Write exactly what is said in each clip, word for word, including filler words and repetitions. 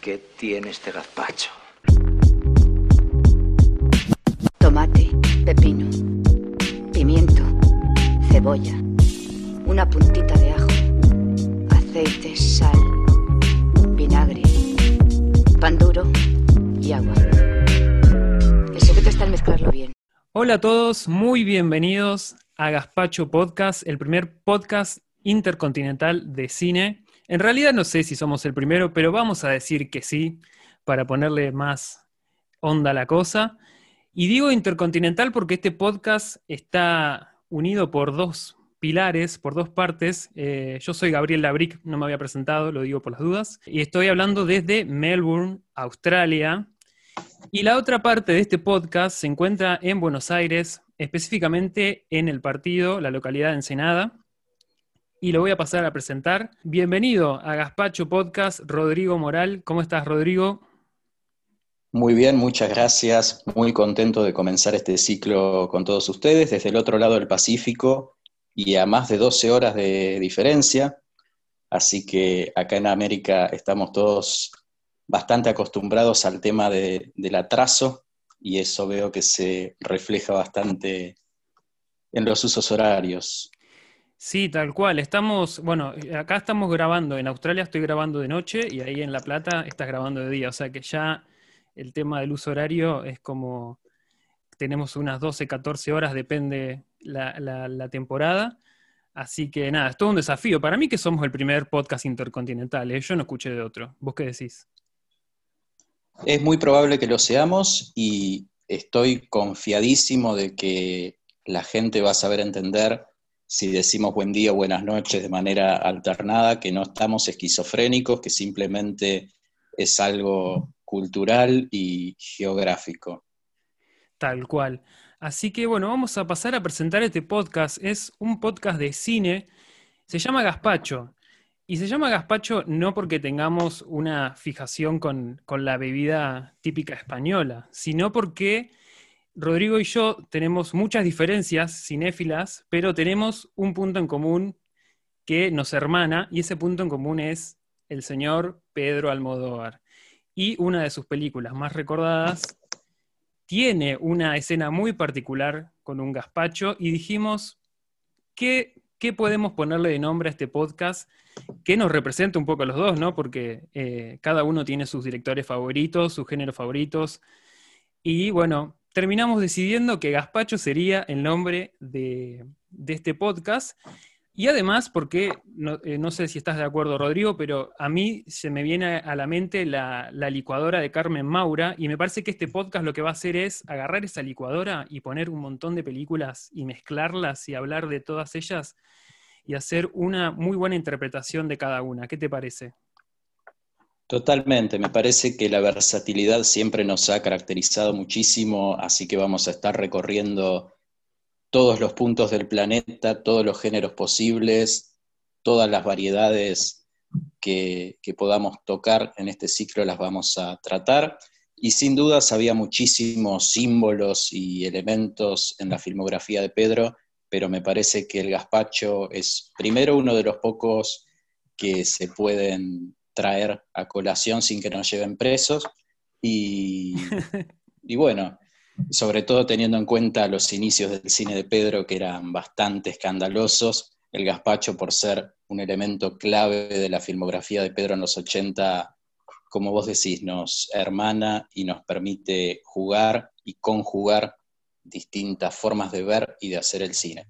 ¿Qué tiene este gazpacho? Tomate, pepino, pimiento, cebolla, una puntita de ajo, aceite, sal, vinagre, pan duro y agua. El secreto está en mezclarlo bien. Hola a todos, muy bienvenidos a Gazpacho Podcast, el primer podcast intercontinental de cine. En realidad no sé si somos el primero, pero vamos a decir que sí, para ponerle más onda a la cosa. Y digo intercontinental porque este podcast está unido por dos pilares, por dos partes. Eh, yo soy Gabriel Labric, no me había presentado, lo digo por las dudas. Y estoy hablando desde Melbourne, Australia. Y la otra parte de este podcast se encuentra en Buenos Aires, específicamente en El Partido, la localidad de Ensenada. Y lo voy a pasar a presentar. Bienvenido a Gazpacho Podcast, Rodrigo Moral. ¿Cómo estás, Rodrigo? Muy bien, muchas gracias. Muy contento de comenzar este ciclo con todos ustedes desde el otro lado del Pacífico y a más de doce horas de diferencia. Así que acá en América estamos todos bastante acostumbrados al tema de, del atraso y eso veo que se refleja bastante en los usos horarios. Sí, tal cual. Estamos, bueno, acá estamos grabando, en Australia estoy grabando de noche y ahí en La Plata estás grabando de día. O sea que ya el tema del uso horario es como, tenemos unas doce, catorce horas, depende la, la, la temporada. Así que nada, es todo un desafío. Para mí que somos el primer podcast intercontinental, ¿eh? Yo no escuché de otro. ¿Vos qué decís? Es muy probable que lo seamos y estoy confiadísimo de que la gente va a saber entender si decimos buen día o buenas noches de manera alternada, que no estamos esquizofrénicos, que simplemente es algo cultural y geográfico. Tal cual. Así que bueno, vamos a pasar a presentar este podcast. Es un podcast de cine, se llama Gazpacho. Y se llama Gazpacho no porque tengamos una fijación con, con la bebida típica española, sino porque Rodrigo y yo tenemos muchas diferencias cinéfilas, pero tenemos un punto en común que nos hermana, y ese punto en común es el señor Pedro Almodóvar. Y una de sus películas más recordadas tiene una escena muy particular con un gazpacho, y dijimos, ¿qué, qué podemos ponerle de nombre a este podcast que nos represente un poco a los dos, ¿no? Porque eh, cada uno tiene sus directores favoritos, sus géneros favoritos, y bueno, terminamos decidiendo que Gazpacho sería el nombre de, de este podcast. Y además, porque, no, eh, no sé si estás de acuerdo, Rodrigo, pero a mí se me viene a la mente la, la licuadora de Carmen Maura, y me parece que este podcast lo que va a hacer es agarrar esa licuadora y poner un montón de películas y mezclarlas y hablar de todas ellas y hacer una muy buena interpretación de cada una. ¿Qué te parece? Totalmente, me parece que la versatilidad siempre nos ha caracterizado muchísimo, así que vamos a estar recorriendo todos los puntos del planeta, todos los géneros posibles, todas las variedades que, que podamos tocar en este ciclo las vamos a tratar, y sin dudas había muchísimos símbolos y elementos en la filmografía de Pedro, pero me parece que el gazpacho es primero uno de los pocos que se pueden traer a colación sin que nos lleven presos, y, y bueno, sobre todo teniendo en cuenta los inicios del cine de Pedro, que eran bastante escandalosos, el gazpacho, por ser un elemento clave de la filmografía de Pedro en los ochenta, como vos decís, nos hermana y nos permite jugar y conjugar distintas formas de ver y de hacer el cine.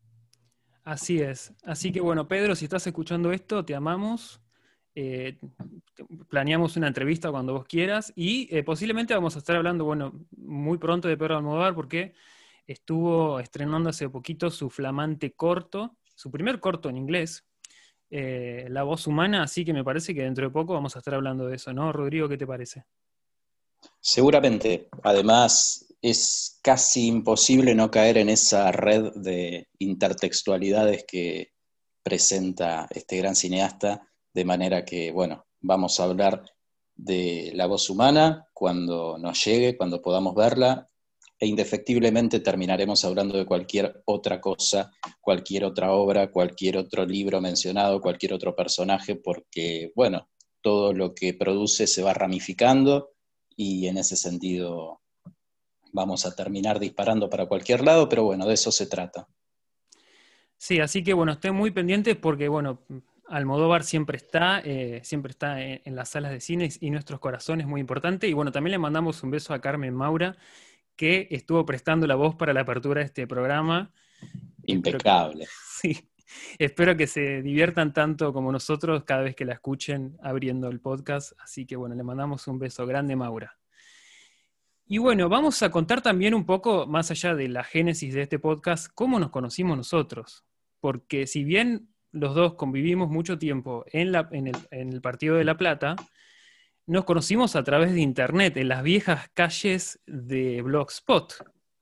Así es. Así que bueno, Pedro, si estás escuchando esto, te amamos. Eh, planeamos una entrevista cuando vos quieras y eh, posiblemente vamos a estar hablando, bueno, muy pronto de Pedro Almodóvar porque estuvo estrenando hace poquito su flamante corto, su primer corto en inglés, eh, La voz humana, así que me parece que dentro de poco vamos a estar hablando de eso, ¿no? Rodrigo, ¿qué te parece? Seguramente, además es casi imposible no caer en esa red de intertextualidades que presenta este gran cineasta, de manera que, bueno, vamos a hablar de La voz humana cuando nos llegue, cuando podamos verla, e indefectiblemente terminaremos hablando de cualquier otra cosa, cualquier otra obra, cualquier otro libro mencionado, cualquier otro personaje, porque, bueno, todo lo que produce se va ramificando y en ese sentido vamos a terminar disparando para cualquier lado, pero bueno, de eso se trata. Sí, así que bueno, estén muy pendientes porque bueno, Almodóvar siempre está, eh, siempre está en, en las salas de cine y nuestros corazones, muy importante. Y bueno, también le mandamos un beso a Carmen Maura, que estuvo prestando la voz para la apertura de este programa. Impecable. Espero que, sí, espero que se diviertan tanto como nosotros cada vez que la escuchen abriendo el podcast. Así que bueno, le mandamos un beso grande, Maura. Y bueno, vamos a contar también un poco, más allá de la génesis de este podcast, cómo nos conocimos nosotros. Porque si bien los dos convivimos mucho tiempo en, la, en, el, en el Partido de La Plata, nos conocimos a través de internet, en las viejas calles de Blogspot.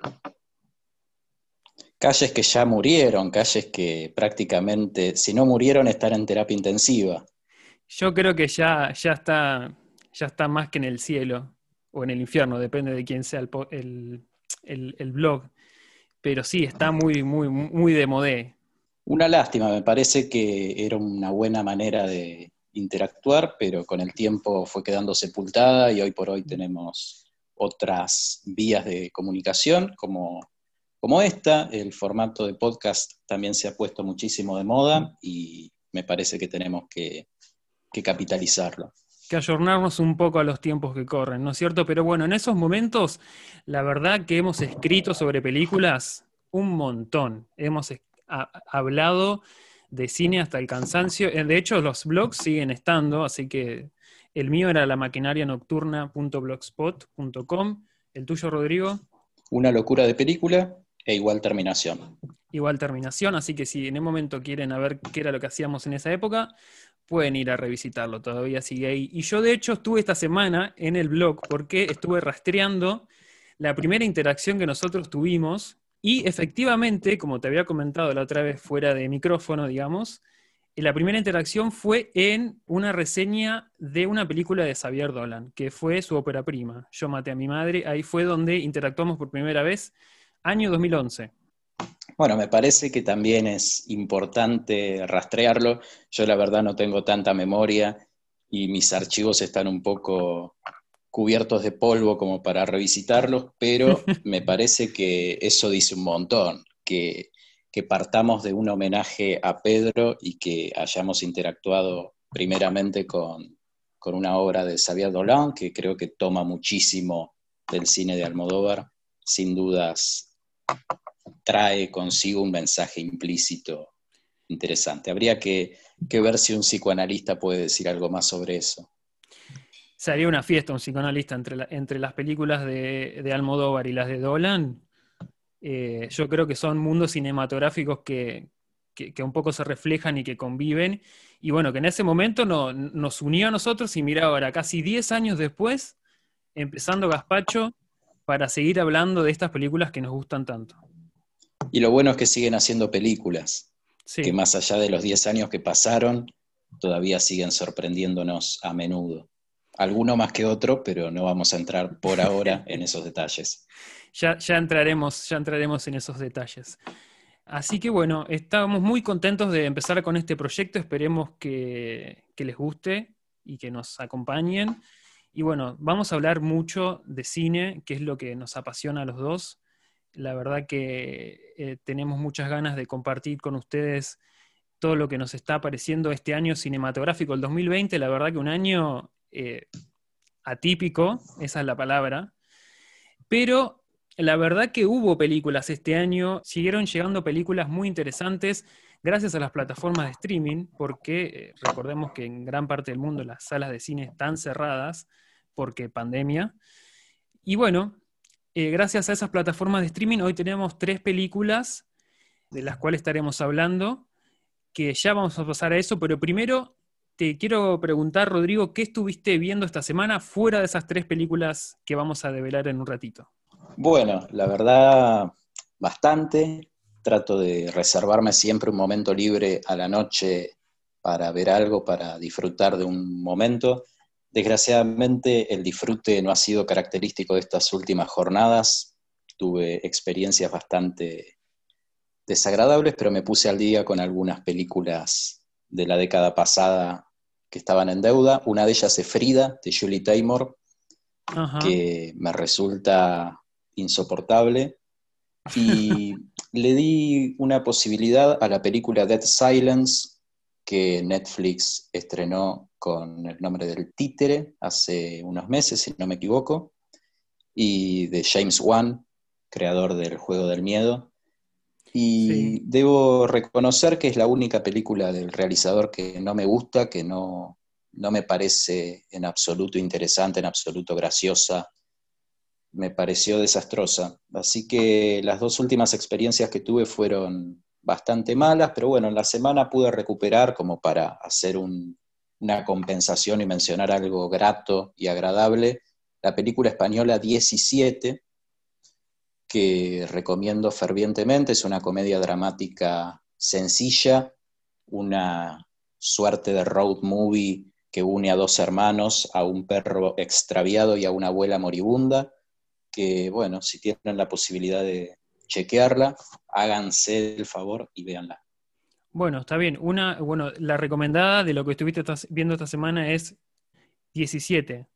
Calles que ya murieron, calles que prácticamente, si no murieron, están en terapia intensiva. Yo creo que ya, ya, está, ya está más que en el cielo, o en el infierno, depende de quién sea el, el, el, el blog. Pero sí, está muy, muy, muy de modé. Una lástima, me parece que era una buena manera de interactuar, pero con el tiempo fue quedando sepultada y hoy por hoy tenemos otras vías de comunicación como, como esta. El formato de podcast también se ha puesto muchísimo de moda y me parece que tenemos que, que capitalizarlo. Que ayornarnos un poco a los tiempos que corren, ¿no es cierto? Pero bueno, en esos momentos, la verdad que hemos escrito sobre películas un montón. Hemos ha, hablado de cine hasta el cansancio. De hecho, los blogs siguen estando, así que el mío era la maquinaria nocturna punto blogspot punto com. ¿El tuyo, Rodrigo? Una locura de película e igual terminación. Igual terminación, así que si en un momento quieren a ver qué era lo que hacíamos en esa época, pueden ir a revisitarlo, todavía sigue ahí. Y yo de hecho estuve esta semana en el blog porque estuve rastreando la primera interacción que nosotros tuvimos y efectivamente, como te había comentado la otra vez fuera de micrófono, digamos, la primera interacción fue en una reseña de una película de Xavier Dolan, que fue su ópera prima, Yo maté a mi madre. Ahí fue donde interactuamos por primera vez, año dos mil once. Bueno, me parece que también es importante rastrearlo. Yo la verdad no tengo tanta memoria y mis archivos están un poco cubiertos de polvo como para revisitarlos, pero me parece que eso dice un montón, que, que partamos de un homenaje a Pedro y que hayamos interactuado primeramente con, con una obra de Xavier Dolan, que creo que toma muchísimo del cine de Almodóvar, sin dudas trae consigo un mensaje implícito interesante. Habría que, que ver si un psicoanalista puede decir algo más sobre eso. Sería una fiesta un psicoanalista entre, la, entre las películas de, de Almodóvar y las de Dolan. Eh, yo creo que son mundos cinematográficos que, que, que un poco se reflejan y que conviven. Y bueno, que en ese momento no, nos unió a nosotros y mira ahora, casi diez años después, empezando Gazpacho, para seguir hablando de estas películas que nos gustan tanto. Y lo bueno es que siguen haciendo películas, sí, que más allá de los diez años que pasaron, todavía siguen sorprendiéndonos a menudo. Alguno más que otro, pero no vamos a entrar por ahora en esos detalles. Ya, ya, entraremos, ya entraremos en esos detalles. Así que bueno, estamos muy contentos de empezar con este proyecto, esperemos que, que les guste y que nos acompañen. Y bueno, vamos a hablar mucho de cine, que es lo que nos apasiona a los dos. La verdad que eh, tenemos muchas ganas de compartir con ustedes todo lo que nos está apareciendo este año cinematográfico, el dos mil veinte, la verdad que un año eh, atípico, esa es la palabra, pero la verdad que hubo películas este año, siguieron llegando películas muy interesantes gracias a las plataformas de streaming, porque eh, recordemos que en gran parte del mundo las salas de cine están cerradas porque pandemia, y bueno, Eh, gracias a esas plataformas de streaming, hoy tenemos tres películas de las cuales estaremos hablando, que ya vamos a pasar a eso, pero primero te quiero preguntar, Rodrigo, ¿qué estuviste viendo esta semana fuera de esas tres películas que vamos a develar en un ratito? Bueno, la verdad, bastante. Trato de reservarme siempre un momento libre a la noche para ver algo, para disfrutar de un momento. Desgraciadamente el disfrute no ha sido característico de estas últimas jornadas. Tuve experiencias bastante desagradables, pero me puse al día con algunas películas de la década pasada que estaban en deuda. Una de ellas es Frida, de Julie Taymor, Ajá. que me resulta insoportable. Y le di una posibilidad a la película Dead Silence, que Netflix estrenó con el nombre del Títere hace unos meses, si no me equivoco, y de James Wan, creador del Juego del Miedo. Y Sí. debo reconocer que es la única película del realizador que no me gusta, que no, no me parece en absoluto interesante, en absoluto graciosa. Me pareció desastrosa. Así que las dos últimas experiencias que tuve fueron bastante malas, pero bueno, en la semana pude recuperar como para hacer un, una compensación y mencionar algo grato y agradable. La película española diecisiete, que recomiendo fervientemente, es una comedia dramática sencilla, una suerte de road movie que une a dos hermanos, a un perro extraviado y a una abuela moribunda, que bueno, si tienen la posibilidad de chequearla, háganse el favor y véanla. Bueno, está bien. Una, bueno, la recomendada de lo que estuviste esta- viendo esta semana es diecisiete,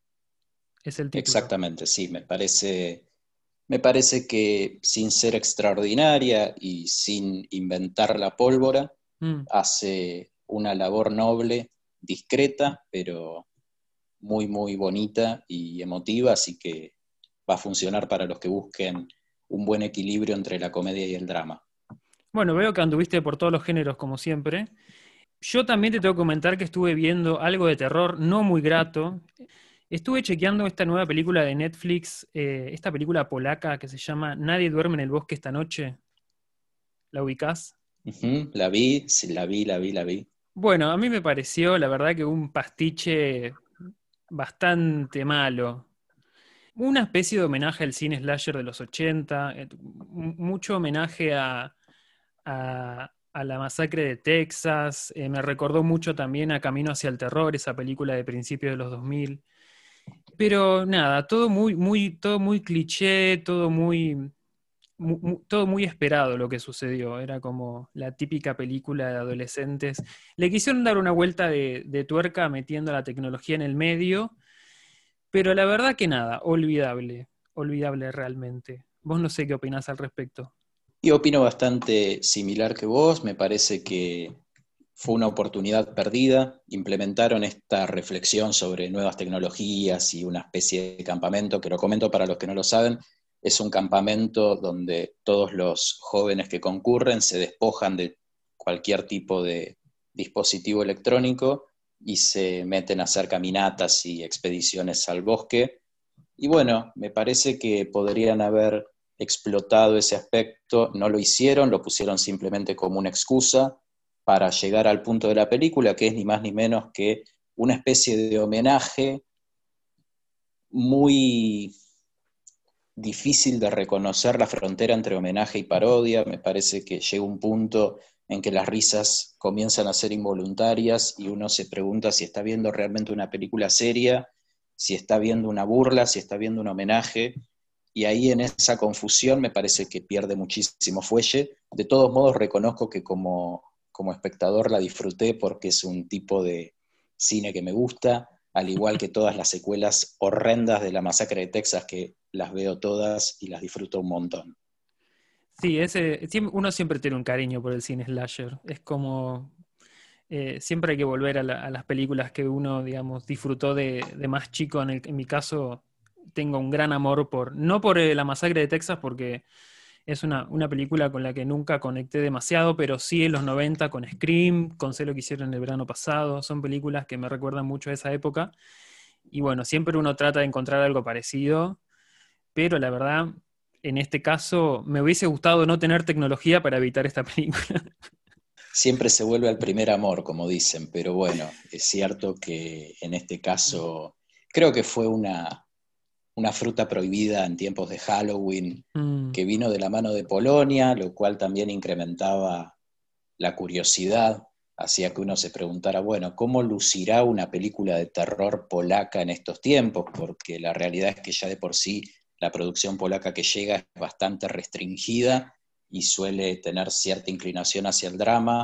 es el título. Exactamente, sí, me parece, me parece que sin ser extraordinaria y sin inventar la pólvora, Mm. hace una labor noble, discreta, pero muy, muy bonita y emotiva, así que va a funcionar para los que busquen un buen equilibrio entre la comedia y el drama. Bueno, veo que anduviste por todos los géneros como siempre. Yo también te tengo que comentar que estuve viendo algo de terror no muy grato. Estuve chequeando esta nueva película de Netflix, eh, esta película polaca que se llama Nadie duerme en el bosque esta noche. ¿La ubicás? Ujú, la vi, sí, la vi, la vi, la vi. Bueno, a mí me pareció, la verdad, que un pastiche bastante malo. Una especie de homenaje al cine slasher de los ochenta, eh, m- mucho homenaje a, a- a la masacre de Texas, eh, me recordó mucho también a Camino hacia el Terror, esa película de principios de los dos mil. Pero nada, todo muy, muy, todo muy cliché, todo muy, mu- mu- todo muy esperado lo que sucedió. Era como la típica película de adolescentes. Le quisieron dar una vuelta de, de tuerca metiendo la tecnología en el medio, pero la verdad que nada, olvidable, olvidable realmente. Vos no sé qué opinás al respecto. Y opino bastante similar que vos, me parece que fue una oportunidad perdida. Implementaron esta reflexión sobre nuevas tecnologías y una especie de campamento, que lo comento para los que no lo saben, es un campamento donde todos los jóvenes que concurren se despojan de cualquier tipo de dispositivo electrónico y se meten a hacer caminatas y expediciones al bosque. Y bueno, me parece que podrían haber explotado ese aspecto, no lo hicieron, lo pusieron simplemente como una excusa para llegar al punto de la película, que es ni más ni menos que una especie de homenaje muy difícil de reconocer la frontera entre homenaje y parodia. Me parece que llega un punto en que las risas comienzan a ser involuntarias y uno se pregunta si está viendo realmente una película seria, si está viendo una burla, si está viendo un homenaje, y ahí en esa confusión me parece que pierde muchísimo fuelle. De todos modos reconozco que como, como espectador la disfruté porque es un tipo de cine que me gusta, al igual que todas las secuelas horrendas de La Masacre de Texas, que las veo todas y las disfruto un montón. Sí, ese, siem- uno siempre tiene un cariño por el cine slasher. Es como, eh, siempre hay que volver a, la- a las películas que uno, digamos, disfrutó de, de más chico. En, el- en mi caso, tengo un gran amor por, no por eh, La Masacre de Texas, porque es una, una película con la que nunca conecté demasiado, pero sí en los noventa con Scream, con Sé lo que hicieron el verano pasado. Son películas que me recuerdan mucho a esa época. Y bueno, siempre uno trata de encontrar algo parecido, pero la verdad, en este caso, me hubiese gustado no tener tecnología para evitar esta película. Siempre se vuelve al primer amor, como dicen, pero bueno, es cierto que en este caso creo que fue una, una fruta prohibida en tiempos de Halloween, Mm, que vino de la mano de Polonia, lo cual también incrementaba la curiosidad, hacía que uno se preguntara, bueno, ¿cómo lucirá una película de terror polaca en estos tiempos? Porque la realidad es que ya de por sí la producción polaca que llega es bastante restringida y suele tener cierta inclinación hacia el drama,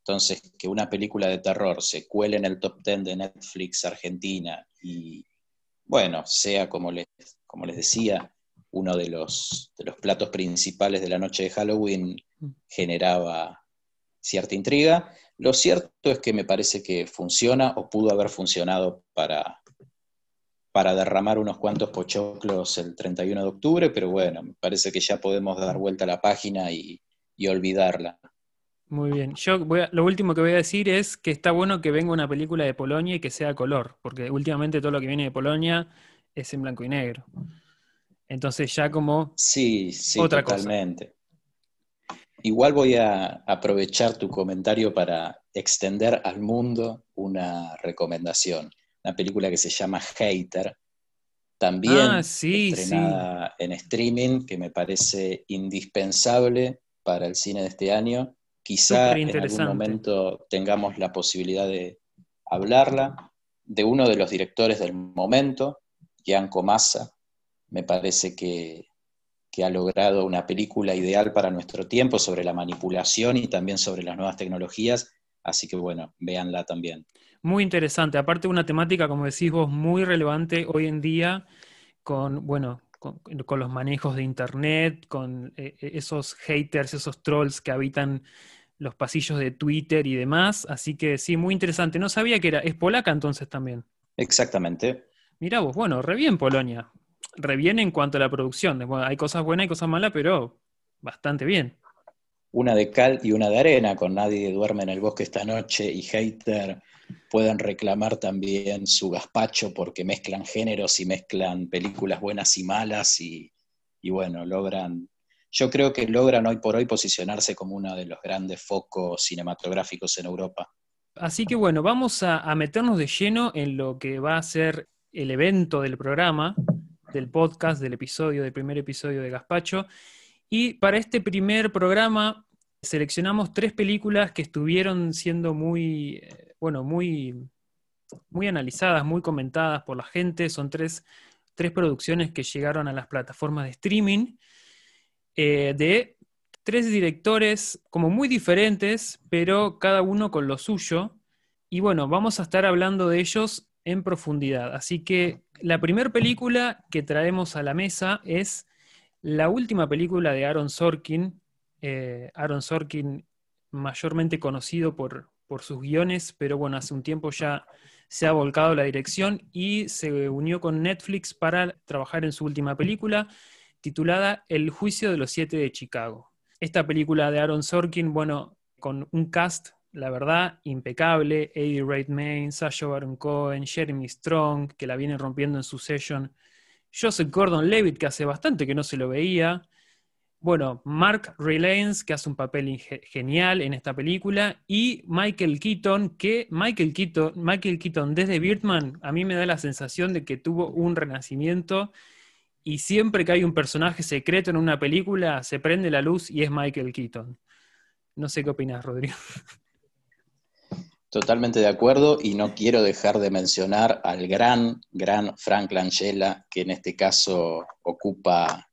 Entonces, que una película de terror se cuele en el top diez de Netflix Argentina y, bueno, sea, como les, como les decía, uno de los, de los platos principales de la noche de Halloween, generaba cierta intriga. Lo cierto es que me parece que funciona o pudo haber funcionado para, para derramar unos cuantos pochoclos el treinta y uno de octubre, pero bueno, me parece que ya podemos dar vuelta a la página y, y olvidarla. Muy bien. Yo voy a- lo último que voy a decir es que está bueno que venga una película de Polonia y que sea a color, porque últimamente todo lo que viene de Polonia es en blanco y negro. Entonces ya como Sí, sí, otra cosa. totalmente. Igual voy a aprovechar tu comentario para extender al mundo una recomendación. Una película que se llama Hater, Ah, también sí, sí. estrenada en streaming, que me parece indispensable para el cine de este año. Súper Quizá en algún interesante. momento tengamos la posibilidad de hablarla, de uno de los directores del momento, Jan Komasa. Me parece que, que ha logrado una película ideal para nuestro tiempo sobre la manipulación y también sobre las nuevas tecnologías, así que bueno, véanla también. Muy interesante. Aparte una temática, como decís vos, muy relevante hoy en día con, bueno, con, con los manejos de internet, con eh, esos haters, esos trolls que habitan los pasillos de Twitter y demás. Así que sí, muy interesante. No sabía que era, es polaca entonces también. Exactamente. Mirá vos, bueno, re bien Polonia. Re bien en cuanto a la producción. Bueno, hay cosas buenas y cosas malas, pero bastante bien. Una de cal y una de arena, con Nadie duerme en el bosque esta noche y Hater pueden reclamar también su gazpacho porque mezclan géneros y mezclan películas buenas y malas y, y bueno, logran, yo creo que logran hoy por hoy posicionarse como uno de los grandes focos cinematográficos en Europa. Así que bueno, vamos a, a meternos de lleno en lo que va a ser el evento del programa, del podcast, del episodio, del primer episodio de Gazpacho. Y para este primer programa seleccionamos tres películas que estuvieron siendo muy, eh, bueno, muy, muy analizadas, muy comentadas por la gente. Son tres, tres producciones que llegaron a las plataformas de streaming eh, de tres directores como muy diferentes, pero cada uno con lo suyo. Y bueno, vamos a estar hablando de ellos en profundidad. Así que la primera película que traemos a la mesa es la última película de Aaron Sorkin. Eh, Aaron Sorkin, mayormente conocido por, por sus guiones, pero bueno, hace un tiempo ya se ha volcado a la dirección y se unió con Netflix para trabajar en su última película, titulada El juicio de los siete de Chicago. Esta película de Aaron Sorkin, bueno, con un cast, la verdad, impecable: Eddie Redmayne, Sacha Baron Cohen, Jeremy Strong, que la viene rompiendo en Succession, Joseph Gordon-Levitt, que hace bastante que no se lo veía. Bueno, Mark Rylance, que hace un papel genial en esta película, y Michael Keaton, que Michael Keaton, Michael Keaton desde Birdman, a mí me da la sensación de que tuvo un renacimiento, y siempre que hay un personaje secreto en una película, se prende la luz y es Michael Keaton. No sé qué opinas, Rodrigo. Totalmente de acuerdo, y no quiero dejar de mencionar al gran, gran Frank Langella, que en este caso ocupa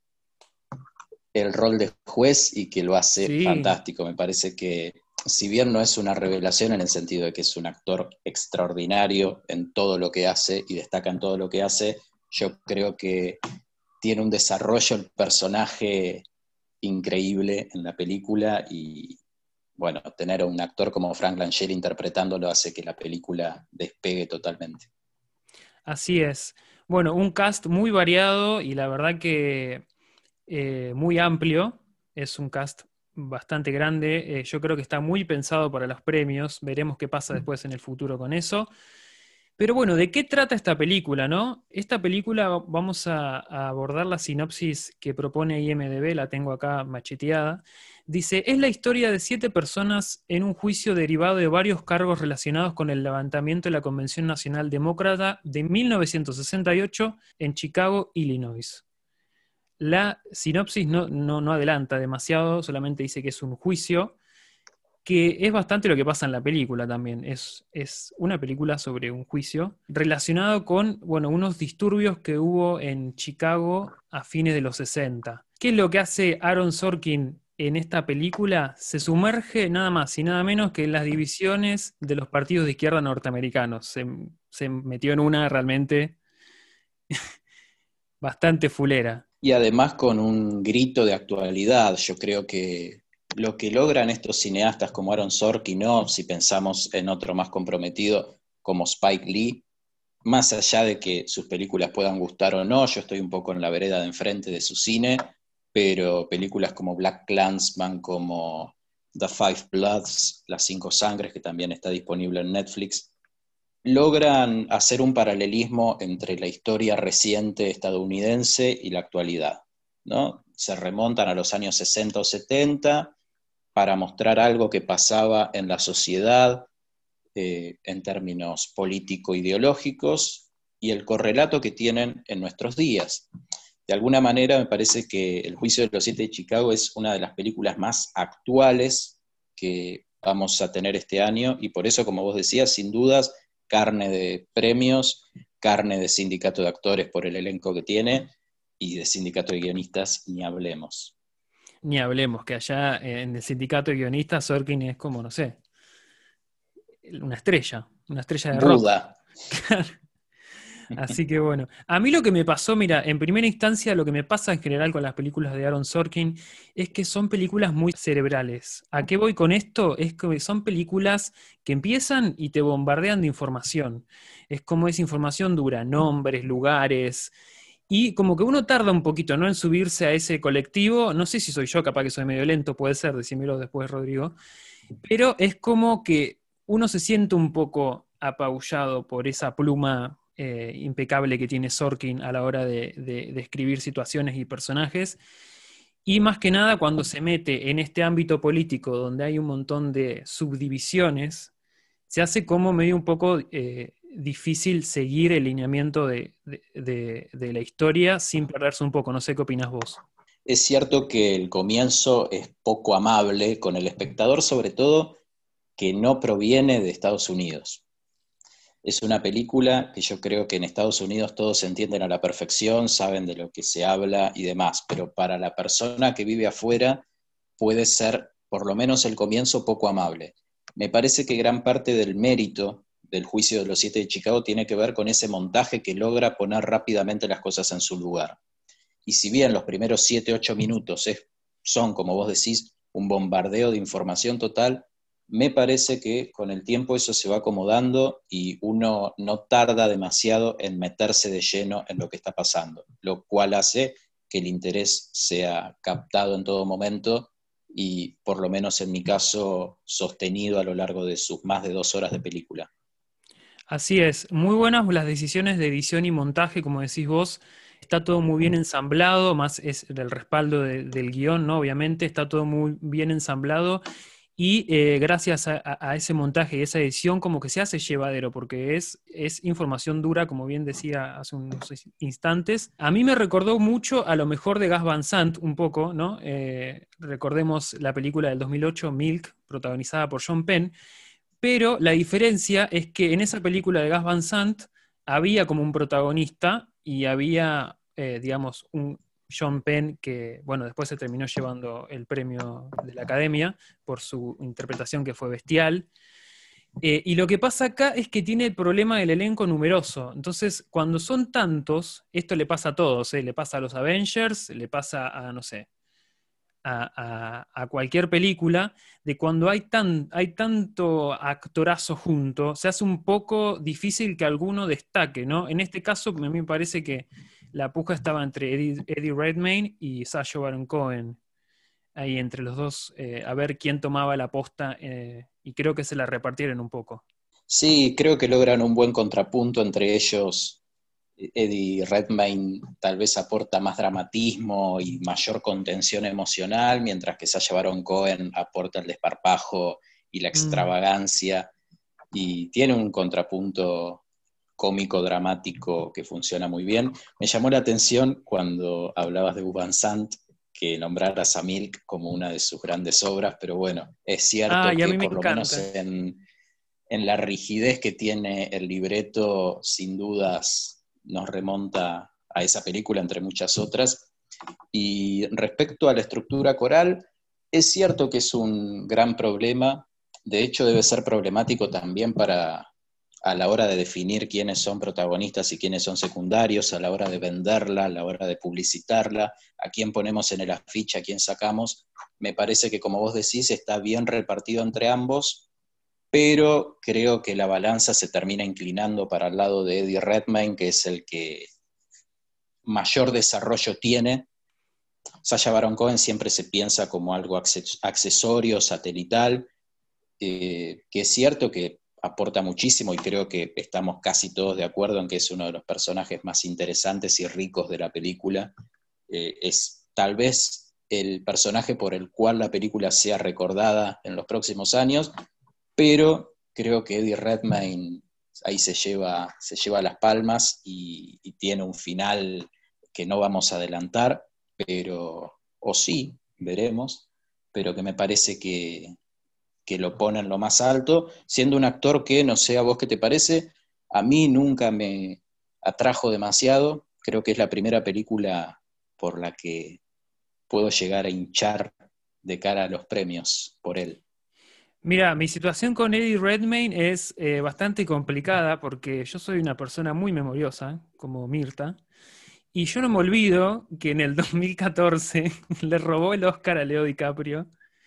el rol de juez y que lo hace Sí, fantástico. Me parece que, si bien no es una revelación en el sentido de que es un actor extraordinario en todo lo que hace y destaca en todo lo que hace, yo creo que tiene un desarrollo el personaje increíble en la película y, bueno, tener a un actor como Frank Langella interpretándolo hace que la película despegue totalmente. así es. Bueno, un cast muy variado y la verdad que eh, muy amplio. Es un cast bastante grande. Eh, yo creo que está muy pensado para los premios. Veremos qué pasa después en el futuro con eso. Pero bueno, ¿de qué trata esta película, no? Esta película, vamos a, a abordar la sinopsis que propone I M D B, la tengo acá macheteada. Dice: es la historia de siete personas en un juicio derivado de varios cargos relacionados con el levantamiento de la Convención Nacional Demócrata de mil novecientos sesenta y ocho en Chicago, Illinois. La sinopsis no, no, no adelanta demasiado, solamente dice que es un juicio, que es bastante lo que pasa en la película también. Es, es una película sobre un juicio relacionado con, bueno, unos disturbios que hubo en Chicago a fines de los sesenta. ¿Qué es lo que hace Aaron Sorkin en esta película se sumerge nada más y nada menos que en las divisiones de los partidos de izquierda norteamericanos. Se, se metió en una realmente bastante fulera. Y además con un grito de actualidad. Yo creo que lo que logran estos cineastas como Aaron Sorkin, ¿no? Si pensamos en otro más comprometido como Spike Lee, más allá de que sus películas puedan gustar o no, yo estoy un poco en la vereda de enfrente de su cine, pero películas como BlacKkKlansman, como The Five Bloods, Las Cinco Sangres, que también está disponible en Netflix, logran hacer un paralelismo entre la historia reciente estadounidense y la actualidad, ¿no? Se remontan a los años sesenta o setenta para mostrar algo que pasaba en la sociedad eh, en términos político-ideológicos y el correlato que tienen en nuestros días. De alguna manera me parece que El Juicio de los Siete de Chicago es una de las películas más actuales que vamos a tener este año y por eso, como vos decías, sin dudas, carne de premios, carne de sindicato de actores por el elenco que tiene y de sindicato de guionistas, ni hablemos. Ni hablemos, que allá en el sindicato de guionistas Sorkin es como, no sé, una estrella, una estrella de Buda. rock. Así que bueno, a mí lo que me pasó, mira, en primera instancia lo que me pasa en general con las películas de Aaron Sorkin es que son películas muy cerebrales. ¿A qué voy con esto? Es que son películas que empiezan y te bombardean de información. Es como esa información dura, nombres, lugares, y como que uno tarda un poquito, ¿no?, en subirse a ese colectivo. No sé si soy yo, capaz que soy medio lento, puede ser, decímelo después, Rodrigo, pero es como que uno se siente un poco apabullado por esa pluma Eh, impecable que tiene Sorkin a la hora de, de, de escribir situaciones y personajes, y más que nada cuando se mete en este ámbito político donde hay un montón de subdivisiones, se hace como medio un poco eh, difícil seguir el lineamiento de, de, de, de la historia sin perderse un poco. No sé qué opinás vos. Es cierto que el comienzo es poco amable con el espectador, sobre todo que no proviene de Estados Unidos. Es una película que yo creo que en Estados Unidos todos entienden a la perfección, saben de lo que se habla y demás, pero para la persona que vive afuera puede ser, por lo menos el comienzo, poco amable. Me parece que gran parte del mérito del Juicio de los Siete de Chicago tiene que ver con ese montaje que logra poner rápidamente las cosas en su lugar. Y si bien los primeros siete, ocho minutos es, son, como vos decís, un bombardeo de información total, me parece que con el tiempo eso se va acomodando y uno no tarda demasiado en meterse de lleno en lo que está pasando, lo cual hace que el interés sea captado en todo momento y, por lo menos en mi caso, sostenido a lo largo de sus más de dos horas de película. Así es, muy buenas las decisiones de edición y montaje, como decís vos. Está todo muy bien ensamblado, más es del respaldo de, del guión, ¿no? Obviamente está todo muy bien ensamblado. Y eh, gracias a, a ese montaje y esa edición como que se hace llevadero, porque es, es información dura, como bien decía hace unos instantes. A mí me recordó mucho a lo mejor de Gus Van Sant, un poco, ¿no? Eh, recordemos la película del dos mil ocho, Milk, protagonizada por Sean Penn, pero la diferencia es que en esa película de Gus Van Sant había como un protagonista y había, eh, digamos, un Sean Penn, que bueno, después se terminó llevando el premio de la Academia por su interpretación que fue bestial. Eh, y lo que pasa acá es que tiene el problema del elenco numeroso. Entonces, cuando son tantos, esto le pasa a todos, ¿eh? Le pasa a los Avengers, le pasa a, no sé, a, a, a cualquier película, de cuando hay, tan, hay tanto actorazo junto, se hace un poco difícil que alguno destaque, ¿no? En este caso, a mí me parece que la puja estaba entre Eddie, Eddie Redmayne y Sacha Baron Cohen, ahí entre los dos, eh, a ver quién tomaba la posta, eh, y creo que se la repartieron un poco. Sí, creo que logran un buen contrapunto entre ellos. Eddie Redmayne tal vez aporta más dramatismo y mayor contención emocional, mientras que Sacha Baron Cohen aporta el desparpajo y la extravagancia, mm. y tiene un contrapunto cómico, dramático, que funciona muy bien. Me llamó la atención cuando hablabas de Gus Van Sant, que nombraras a Milk como una de sus grandes obras, pero bueno, es cierto ah, que por lo menos en, en la rigidez que tiene el libreto, sin dudas nos remonta a esa película, entre muchas otras. Y respecto a la estructura coral, Es cierto que es un gran problema, de hecho debe ser problemático también para a la hora de definir quiénes son protagonistas y quiénes son secundarios, a la hora de venderla, a la hora de publicitarla, a quién ponemos en el afiche, a quién sacamos. Me parece que, como vos decís, está bien repartido entre ambos, pero creo que la balanza se termina inclinando para el lado de Eddie Redmayne, que es el que mayor desarrollo tiene. Sacha Baron Cohen siempre se piensa como algo accesorio, satelital, eh, que es cierto que aporta muchísimo y creo que estamos casi todos de acuerdo en que es uno de los personajes más interesantes y ricos de la película. Eh, es tal vez el personaje por el cual la película sea recordada en los próximos años, pero creo que Eddie Redmayne ahí se lleva, se lleva las palmas y, y tiene un final que no vamos a adelantar, pero, o sí, veremos, pero que me parece que, que lo pone en lo más alto, siendo un actor que, no sé a vos qué te parece, a mí nunca me atrajo demasiado, creo que es la primera película por la que puedo llegar a hinchar de cara a los premios por él. Mira, mi situación con Eddie Redmayne es eh, bastante complicada porque yo soy una persona muy memoriosa, como Mirta, y yo no me olvido que en el dos mil catorce le robó el Oscar a Leo DiCaprio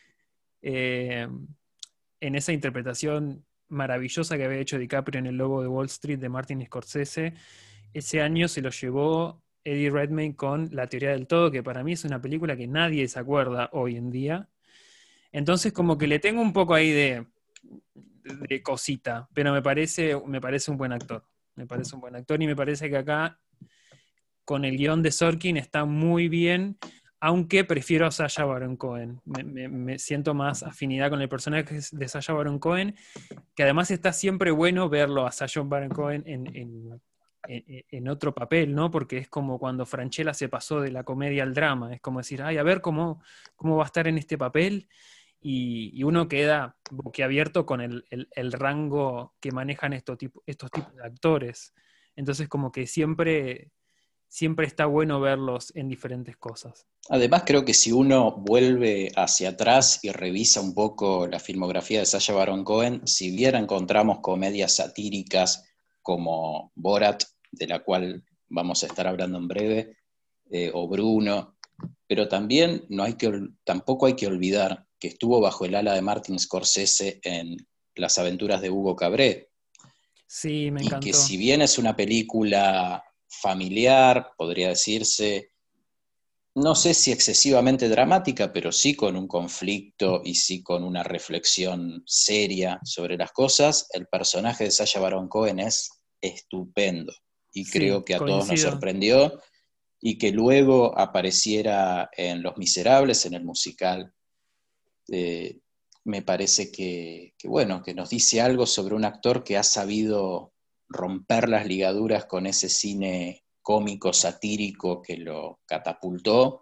eh, en esa interpretación maravillosa que había hecho DiCaprio en El Lobo de Wall Street de Martin Scorsese. Ese año se lo llevó Eddie Redmayne con La Teoría del Todo, que para mí es una película que nadie se acuerda hoy en día. Entonces como que le tengo un poco ahí de, de cosita, pero me parece, me parece un buen actor. Me parece un buen actor y me parece que acá con el guión de Sorkin está muy bien, aunque prefiero a Sacha Baron Cohen. Me, me, me siento más afinidad con el personaje de Sacha Baron Cohen, que además está siempre bueno verlo a Sacha Baron Cohen en, en, en, en otro papel, ¿no? Porque es como cuando Francella se pasó de la comedia al drama, es como decir, ay, a ver cómo, cómo va a estar en este papel, y, y uno queda boquiabierto con el, el, el rango que manejan estos, tipo, estos tipos de actores. Entonces como que siempre... siempre está bueno verlos en diferentes cosas. Además, creo que si uno vuelve hacia atrás y revisa un poco la filmografía de Sacha Baron Cohen, si bien encontramos comedias satíricas como Borat, de la cual vamos a estar hablando en breve, eh, o Bruno, pero también no hay que, tampoco hay que olvidar que estuvo bajo el ala de Martin Scorsese en Las aventuras de Hugo Cabret. Sí, me encantó. Y que si bien es una película familiar, podría decirse, no sé si excesivamente dramática, pero sí con un conflicto y sí con una reflexión seria sobre las cosas, el personaje de Sacha Baron Cohen es estupendo. Y sí, creo que a coincido. Todos nos sorprendió, y que luego apareciera en Los Miserables, en el musical, eh, me parece que, que, bueno, que nos dice algo sobre un actor que ha sabido romper las ligaduras con ese cine cómico, satírico que lo catapultó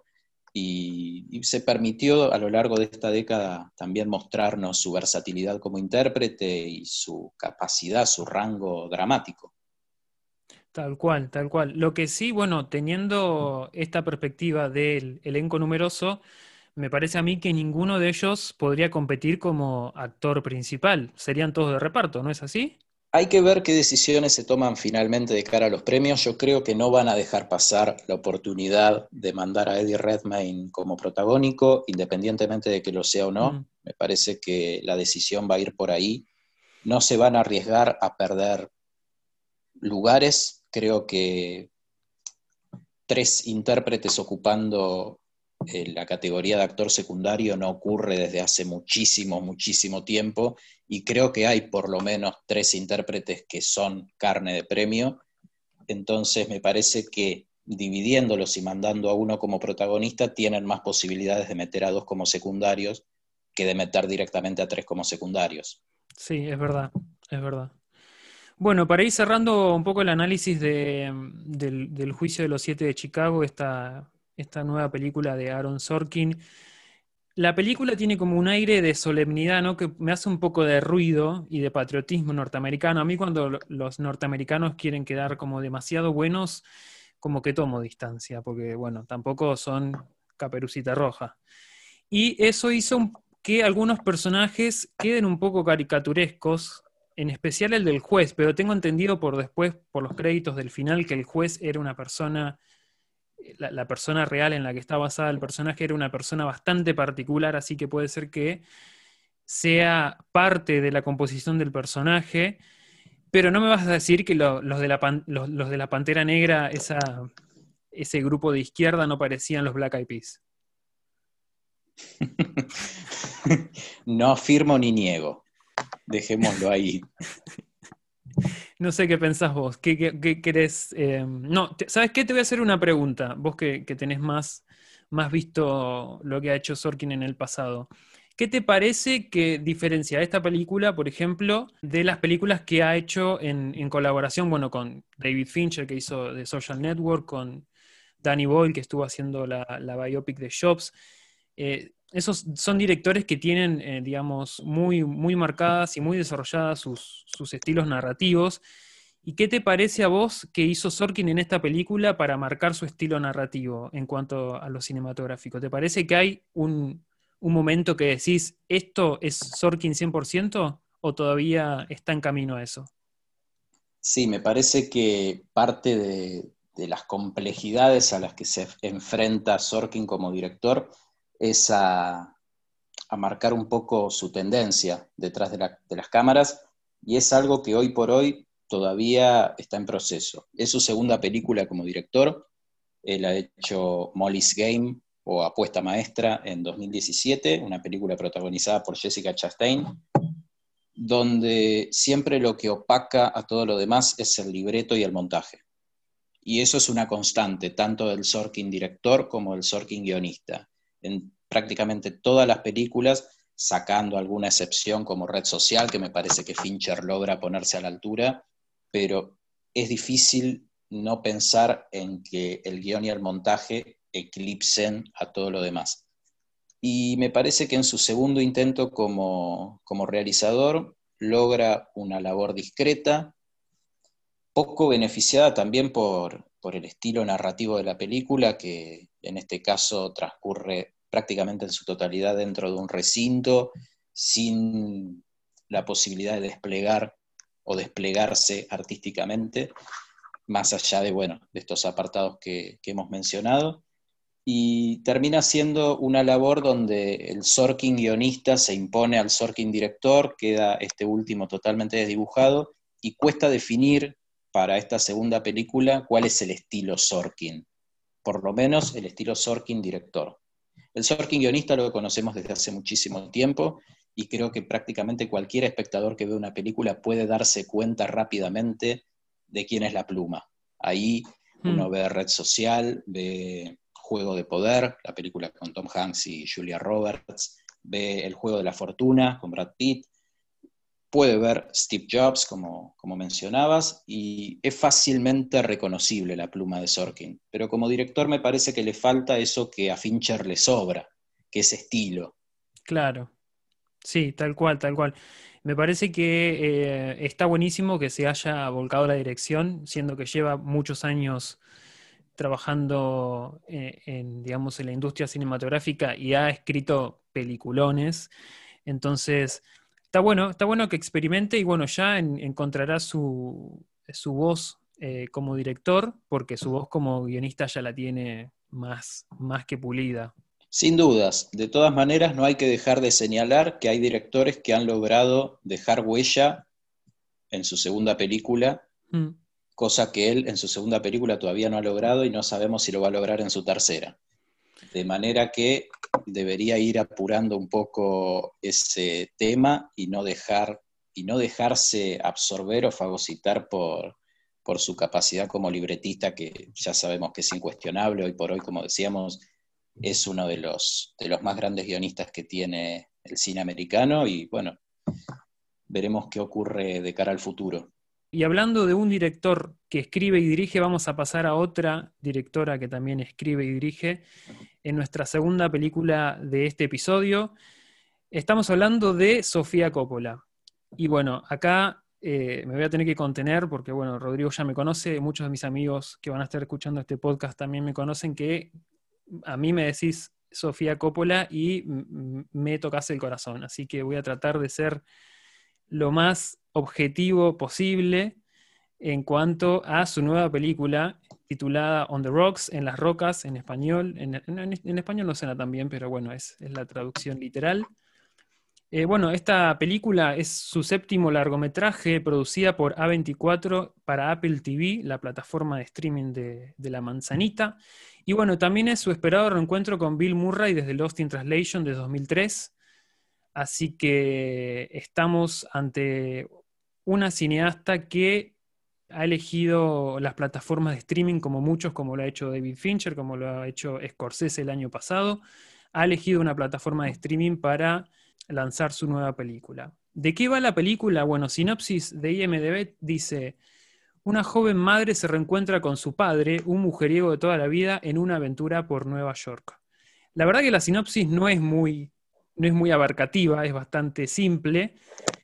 y, y se permitió a lo largo de esta década también mostrarnos su versatilidad como intérprete y su capacidad, su rango dramático. Tal cual, tal cual. Lo que sí, bueno, teniendo esta perspectiva del elenco numeroso, me parece a mí que ninguno de ellos podría competir como actor principal. Serían todos de reparto, ¿no es así? Hay que ver qué decisiones se toman finalmente de cara a los premios. Yo creo que no van a dejar pasar la oportunidad de mandar a Eddie Redmayne como protagónico, independientemente de que lo sea o no. Mm. Me parece que la decisión va a ir por ahí. No se van a arriesgar a perder lugares. Creo que tres intérpretes ocupando eh, la categoría de actor secundario no ocurre desde hace muchísimo, muchísimo tiempo, y creo que hay por lo menos tres intérpretes que son carne de premio. Entonces me parece que dividiéndolos y mandando a uno como protagonista tienen más posibilidades de meter a dos como secundarios que de meter directamente a tres como secundarios. Sí, es verdad, es verdad. Bueno, para ir cerrando un poco el análisis de, del, del Juicio de los Siete de Chicago, esta, esta nueva película de Aaron Sorkin, la película tiene como un aire de solemnidad, ¿no? Que me hace un poco de ruido y de patriotismo norteamericano. A mí cuando los norteamericanos quieren quedar como demasiado buenos, como que tomo distancia, porque bueno, tampoco son Caperucita Roja. Y eso hizo un- que algunos personajes queden un poco caricaturescos, en especial el del juez, pero tengo entendido por después, por los créditos del final, que el juez era una persona, la, la persona real en la que está basada el personaje era una persona bastante particular, así que puede ser que sea parte de la composición del personaje, pero no me vas a decir que lo- los, de la pan- los, los de la Pantera Negra, esa, ese grupo de izquierda, no parecían los Black Eyed Peas. No afirmo ni niego. Dejémoslo ahí. No sé qué pensás vos, qué, qué- qué querés... eh, no, te- ¿sabes qué? Te voy a hacer una pregunta, vos que, que tenés más, más visto lo que ha hecho Sorkin en el pasado. ¿Qué te parece que diferencia esta película, por ejemplo, de las películas que ha hecho en, en colaboración, bueno, con David Fincher, que hizo The Social Network, con Danny Boyle, que estuvo haciendo la, la biopic de Jobs? Eh, esos son directores que tienen, eh, digamos, muy, muy marcadas y muy desarrolladas sus, sus estilos narrativos. ¿Y qué te parece a vos que hizo Sorkin en esta película para marcar su estilo narrativo en cuanto a lo cinematográfico? ¿Te parece que hay un, un momento que decís, esto es Sorkin cien por ciento o todavía está en camino a eso? Sí, me parece que parte de, de las complejidades a las que se enfrenta Sorkin como director es a, a marcar un poco su tendencia detrás de, la, de las cámaras, y es algo que hoy por hoy todavía está en proceso. Es su segunda película como director. Él ha hecho Molly's Game o Apuesta Maestra en dos mil diecisiete, una película protagonizada por Jessica Chastain, donde siempre lo que opaca a todo lo demás es el libreto y el montaje. Y eso es una constante, tanto del Sorkin director como del Sorkin guionista. En prácticamente todas las películas, sacando alguna excepción como Red Social, que me parece que Fincher logra ponerse a la altura, pero es difícil no pensar en que el guión y el montaje eclipsen a todo lo demás. Y me parece que en su segundo intento como, como realizador logra una labor discreta, poco beneficiada también por, por el estilo narrativo de la película, que en este caso transcurre prácticamente en su totalidad dentro de un recinto, sin la posibilidad de desplegar o desplegarse artísticamente, más allá de, bueno, de estos apartados que, que hemos mencionado. Y termina siendo una labor donde el Sorkin guionista se impone al Sorkin director, queda este último totalmente desdibujado, y cuesta definir para esta segunda película cuál es el estilo Sorkin, por lo menos el estilo Sorkin director. El Sorkin guionista lo conocemos desde hace muchísimo tiempo, y creo que prácticamente cualquier espectador que ve una película puede darse cuenta rápidamente de quién es la pluma. Ahí uno Hmm. ve Red Social, ve Juego de Poder, la película con Tom Hanks y Julia Roberts, ve El Juego de la Fortuna con Brad Pitt, puede ver Steve Jobs, como, como mencionabas, y es fácilmente reconocible la pluma de Sorkin. Pero como director me parece que le falta eso que a Fincher le sobra, que es estilo. Claro, sí, tal cual, tal cual. Me parece que eh, está buenísimo que se haya volcado a la dirección, siendo que lleva muchos años trabajando eh, en, digamos, en la industria cinematográfica y ha escrito peliculones. Entonces, está bueno, está bueno que experimente y bueno, ya en- encontrará su, su voz eh, como director, porque su voz como guionista ya la tiene más, más que pulida. Sin dudas, de todas maneras no hay que dejar de señalar que hay directores que han logrado dejar huella en su segunda película, Mm. cosa que él en su segunda película todavía no ha logrado y no sabemos si lo va a lograr en su tercera. De manera que debería ir apurando un poco ese tema y no dejar, y no dejarse absorber o fagocitar por, por su capacidad como libretista, que ya sabemos que es incuestionable. Hoy por hoy, como decíamos, es uno de los, de los más grandes guionistas que tiene el cine americano, y bueno, veremos qué ocurre de cara al futuro. Y hablando de un director que escribe y dirige, vamos a pasar a otra directora que también escribe y dirige en nuestra segunda película de este episodio. Estamos hablando de Sofía Coppola. Y bueno, acá eh, me voy a tener que contener porque, bueno, Rodrigo ya me conoce, muchos de mis amigos que van a estar escuchando este podcast también me conocen, que a mí me decís Sofía Coppola y m- me tocase el corazón. Así que voy a tratar de ser lo más objetivo posible en cuanto a su nueva película titulada On the Rocks, en las rocas, en español. En, en- en español no suena tan bien, pero bueno, es, es la traducción literal. Eh, bueno, esta película es su séptimo largometraje producida por A veinticuatro para Apple T V, la plataforma de streaming de, de la manzanita. Y bueno, también es su esperado reencuentro con Bill Murray desde Lost in Translation de dos mil tres. Así que estamos ante una cineasta que ha elegido las plataformas de streaming como muchos, como lo ha hecho David Fincher, como lo ha hecho Scorsese el año pasado. Ha elegido una plataforma de streaming para lanzar su nueva película. ¿De qué va la película? Bueno, sinopsis de I M D B dice: una joven madre se reencuentra con su padre, un mujeriego de toda la vida, en una aventura por Nueva York. La verdad que la sinopsis no es muy, no es muy abarcativa, es bastante simple,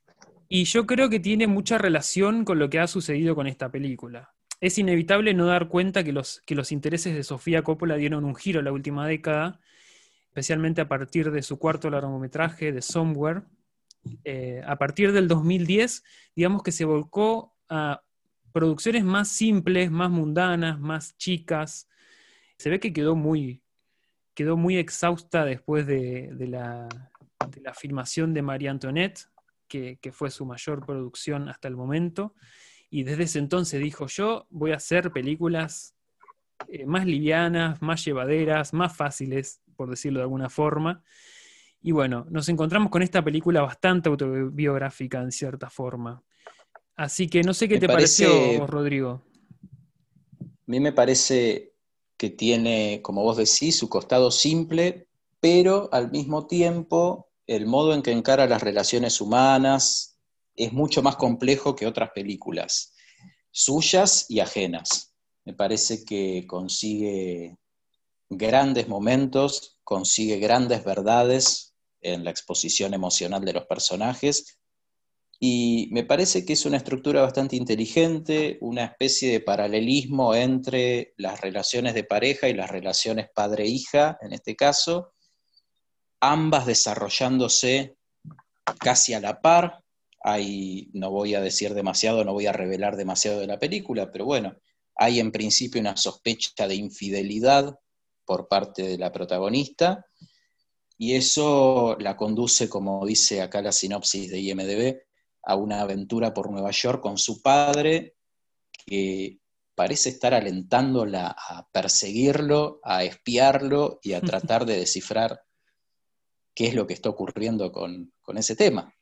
y yo creo que tiene mucha relación con lo que ha sucedido con esta película. Es inevitable no dar cuenta que los, que los intereses de Sofía Coppola dieron un giro en la última década, especialmente a partir de su cuarto largometraje, de Somewhere. Eh, a partir del dos mil diez, digamos que se volcó a producciones más simples, más mundanas, más chicas. Se ve que quedó muy, quedó muy exhausta después de, de, la, de la filmación de María Antoinette, que, que fue su mayor producción hasta el momento. Y desde ese entonces dijo: yo voy a hacer películas eh, más livianas, más llevaderas, más fáciles, por decirlo de alguna forma. Y bueno, nos encontramos con esta película bastante autobiográfica en cierta forma. Así que no sé qué Me te parece, pareció, vos, Rodrigo. a mí me parece que tiene, como vos decís, su costado simple, pero al mismo tiempo el modo en que encara las relaciones humanas es mucho más complejo que otras películas, suyas y ajenas. Me parece que consigue grandes momentos, consigue grandes verdades en la exposición emocional de los personajes, y me parece que es una estructura bastante inteligente, una especie de paralelismo entre las relaciones de pareja y las relaciones padre-hija, en este caso, ambas desarrollándose casi a la par. Hay, no voy a decir demasiado, no voy a revelar demasiado de la película, pero bueno, hay en principio una sospecha de infidelidad por parte de la protagonista, y eso la conduce, como dice acá la sinopsis de I M D B, a una aventura por Nueva York con su padre, que parece estar alentándola a perseguirlo, a espiarlo y a tratar de descifrar qué es lo que está ocurriendo con, con ese tema.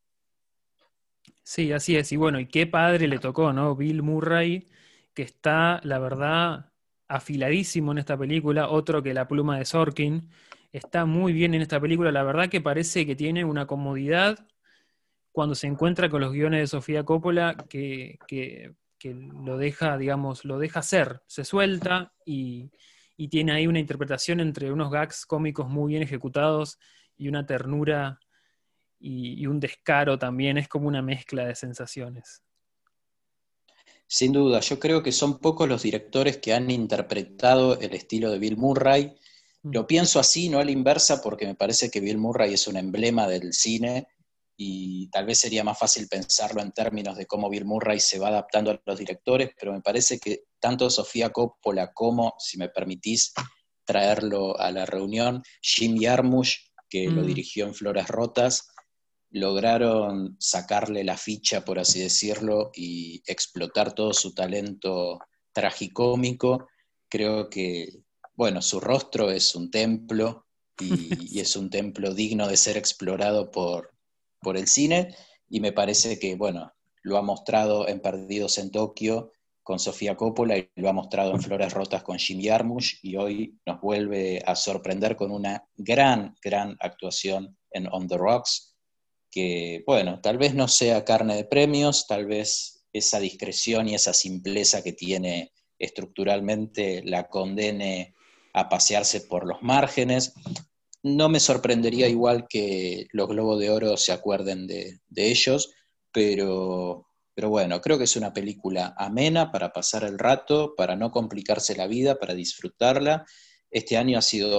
Sí, así es. Y bueno, ¿y qué padre le tocó, no? Bill Murray, que está, la verdad, afiladísimo en esta película, otro que la pluma de Sorkin. Está muy bien en esta película. La verdad que parece que tiene una comodidad cuando se encuentra con los guiones de Sofía Coppola que, que, que lo deja, digamos, lo deja ser, se suelta y, y tiene ahí una interpretación entre unos gags cómicos muy bien ejecutados y una ternura y, y un descaro también. Es como una mezcla de sensaciones. Sin duda, yo creo que son pocos los directores que han interpretado el estilo de Bill Murray. Mm. Lo pienso así, no a la inversa, porque me parece que Bill Murray es un emblema del cine, y tal vez sería más fácil pensarlo en términos de cómo Bill Murray se va adaptando a los directores, pero me parece que tanto Sofía Coppola como, si me permitís traerlo a la reunión, Jim Jarmusch, que mm. lo dirigió en Flores Rotas, lograron sacarle la ficha, por así decirlo, y explotar todo su talento tragicómico. Creo que, bueno, su rostro es un templo, y, y es un templo digno de ser explorado por, por el cine, y me parece que, bueno, lo ha mostrado en Perdidos en Tokio con Sofía Coppola, y lo ha mostrado en Flores Rotas con Jim Jarmusch, y hoy nos vuelve a sorprender con una gran, gran actuación en On the Rocks, que, bueno, tal vez no sea carne de premios, tal vez esa discreción y esa simpleza que tiene estructuralmente la condene a pasearse por los márgenes. No me sorprendería igual que los Globos de Oro se acuerden de, de ellos, pero, pero bueno, creo que es una película amena para pasar el rato, para no complicarse la vida, para disfrutarla. Este año ha sido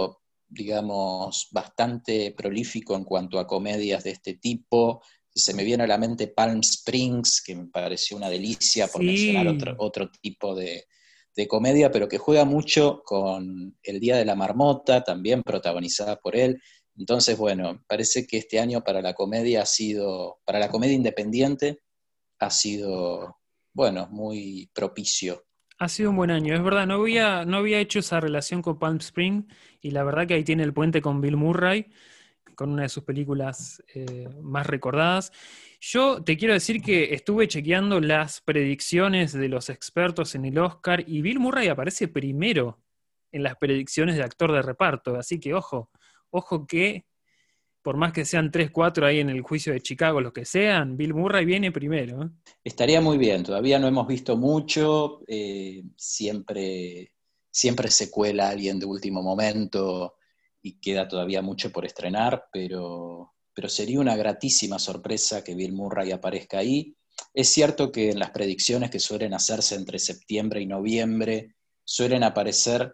digamos, bastante prolífico en cuanto a comedias de este tipo. Se me viene a la mente Palm Springs, que me pareció una delicia, por mencionar otro, Sí, otro tipo de, de comedia, pero que juega mucho con El Día de la Marmota, también protagonizada por él. Entonces, bueno, parece que este año para la comedia ha sido, para la comedia independiente, ha sido, bueno, muy propicio. ha sido un buen año. Es verdad, no había, no había hecho esa relación con Palm Spring y la verdad que ahí tiene el puente con Bill Murray, con una de sus películas eh, más recordadas. Yo te quiero decir que estuve chequeando las predicciones de los expertos en el Oscar y Bill Murray aparece primero en las predicciones de actor de reparto, así que ojo, ojo que por más que sean tres cuatro ahí en el juicio de Chicago, los que sean, Bill Murray viene primero, ¿eh? Estaría muy bien, todavía no hemos visto mucho, eh, siempre, siempre se cuela alguien de último momento y queda todavía mucho por estrenar, pero, pero sería una gratísima sorpresa que Bill Murray aparezca ahí. Es cierto que en las predicciones que suelen hacerse entre septiembre y noviembre suelen aparecer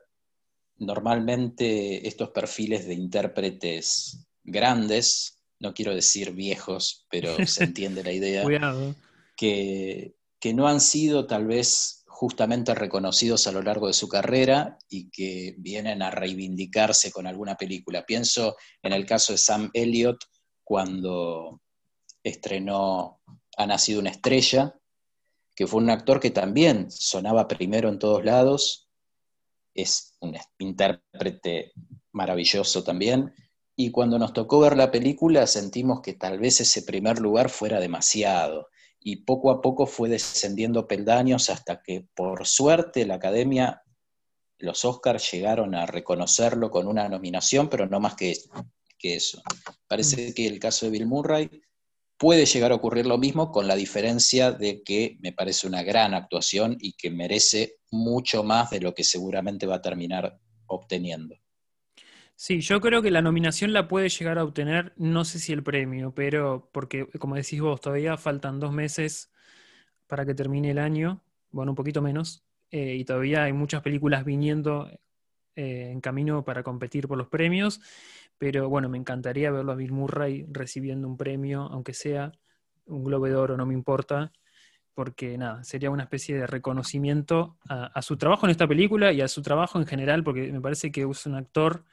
normalmente estos perfiles de intérpretes grandes, no quiero decir viejos, pero se entiende la idea, Cuidado. que, que no han sido tal vez justamente reconocidos a lo largo de su carrera y que vienen a reivindicarse con alguna película. Pienso en el caso de Sam Elliott, cuando estrenó Ha nacido una estrella, que fue un actor que también sonaba primero en todos lados, es un intérprete maravilloso también, y cuando nos tocó ver la película sentimos que tal vez ese primer lugar fuera demasiado, y poco a poco fue descendiendo peldaños hasta que, por suerte, la Academia, los Oscars llegaron a reconocerlo con una nominación, pero no más que, que eso. Mm. Parece que el caso de Bill Murray puede llegar a ocurrir lo mismo, con la diferencia de que me parece una gran actuación y que merece mucho más de lo que seguramente va a terminar obteniendo. Sí, yo creo que la nominación la puede llegar a obtener, no sé si el premio, pero porque, como decís vos, todavía faltan dos meses para que termine el año, bueno, un poquito menos, eh, y todavía hay muchas películas viniendo eh, en camino para competir por los premios, pero bueno, me encantaría verlo a Bill Murray recibiendo un premio, aunque sea un Globo de Oro, no me importa, porque nada, sería una especie de reconocimiento a, a su trabajo en esta película y a su trabajo en general, porque me parece que es un actor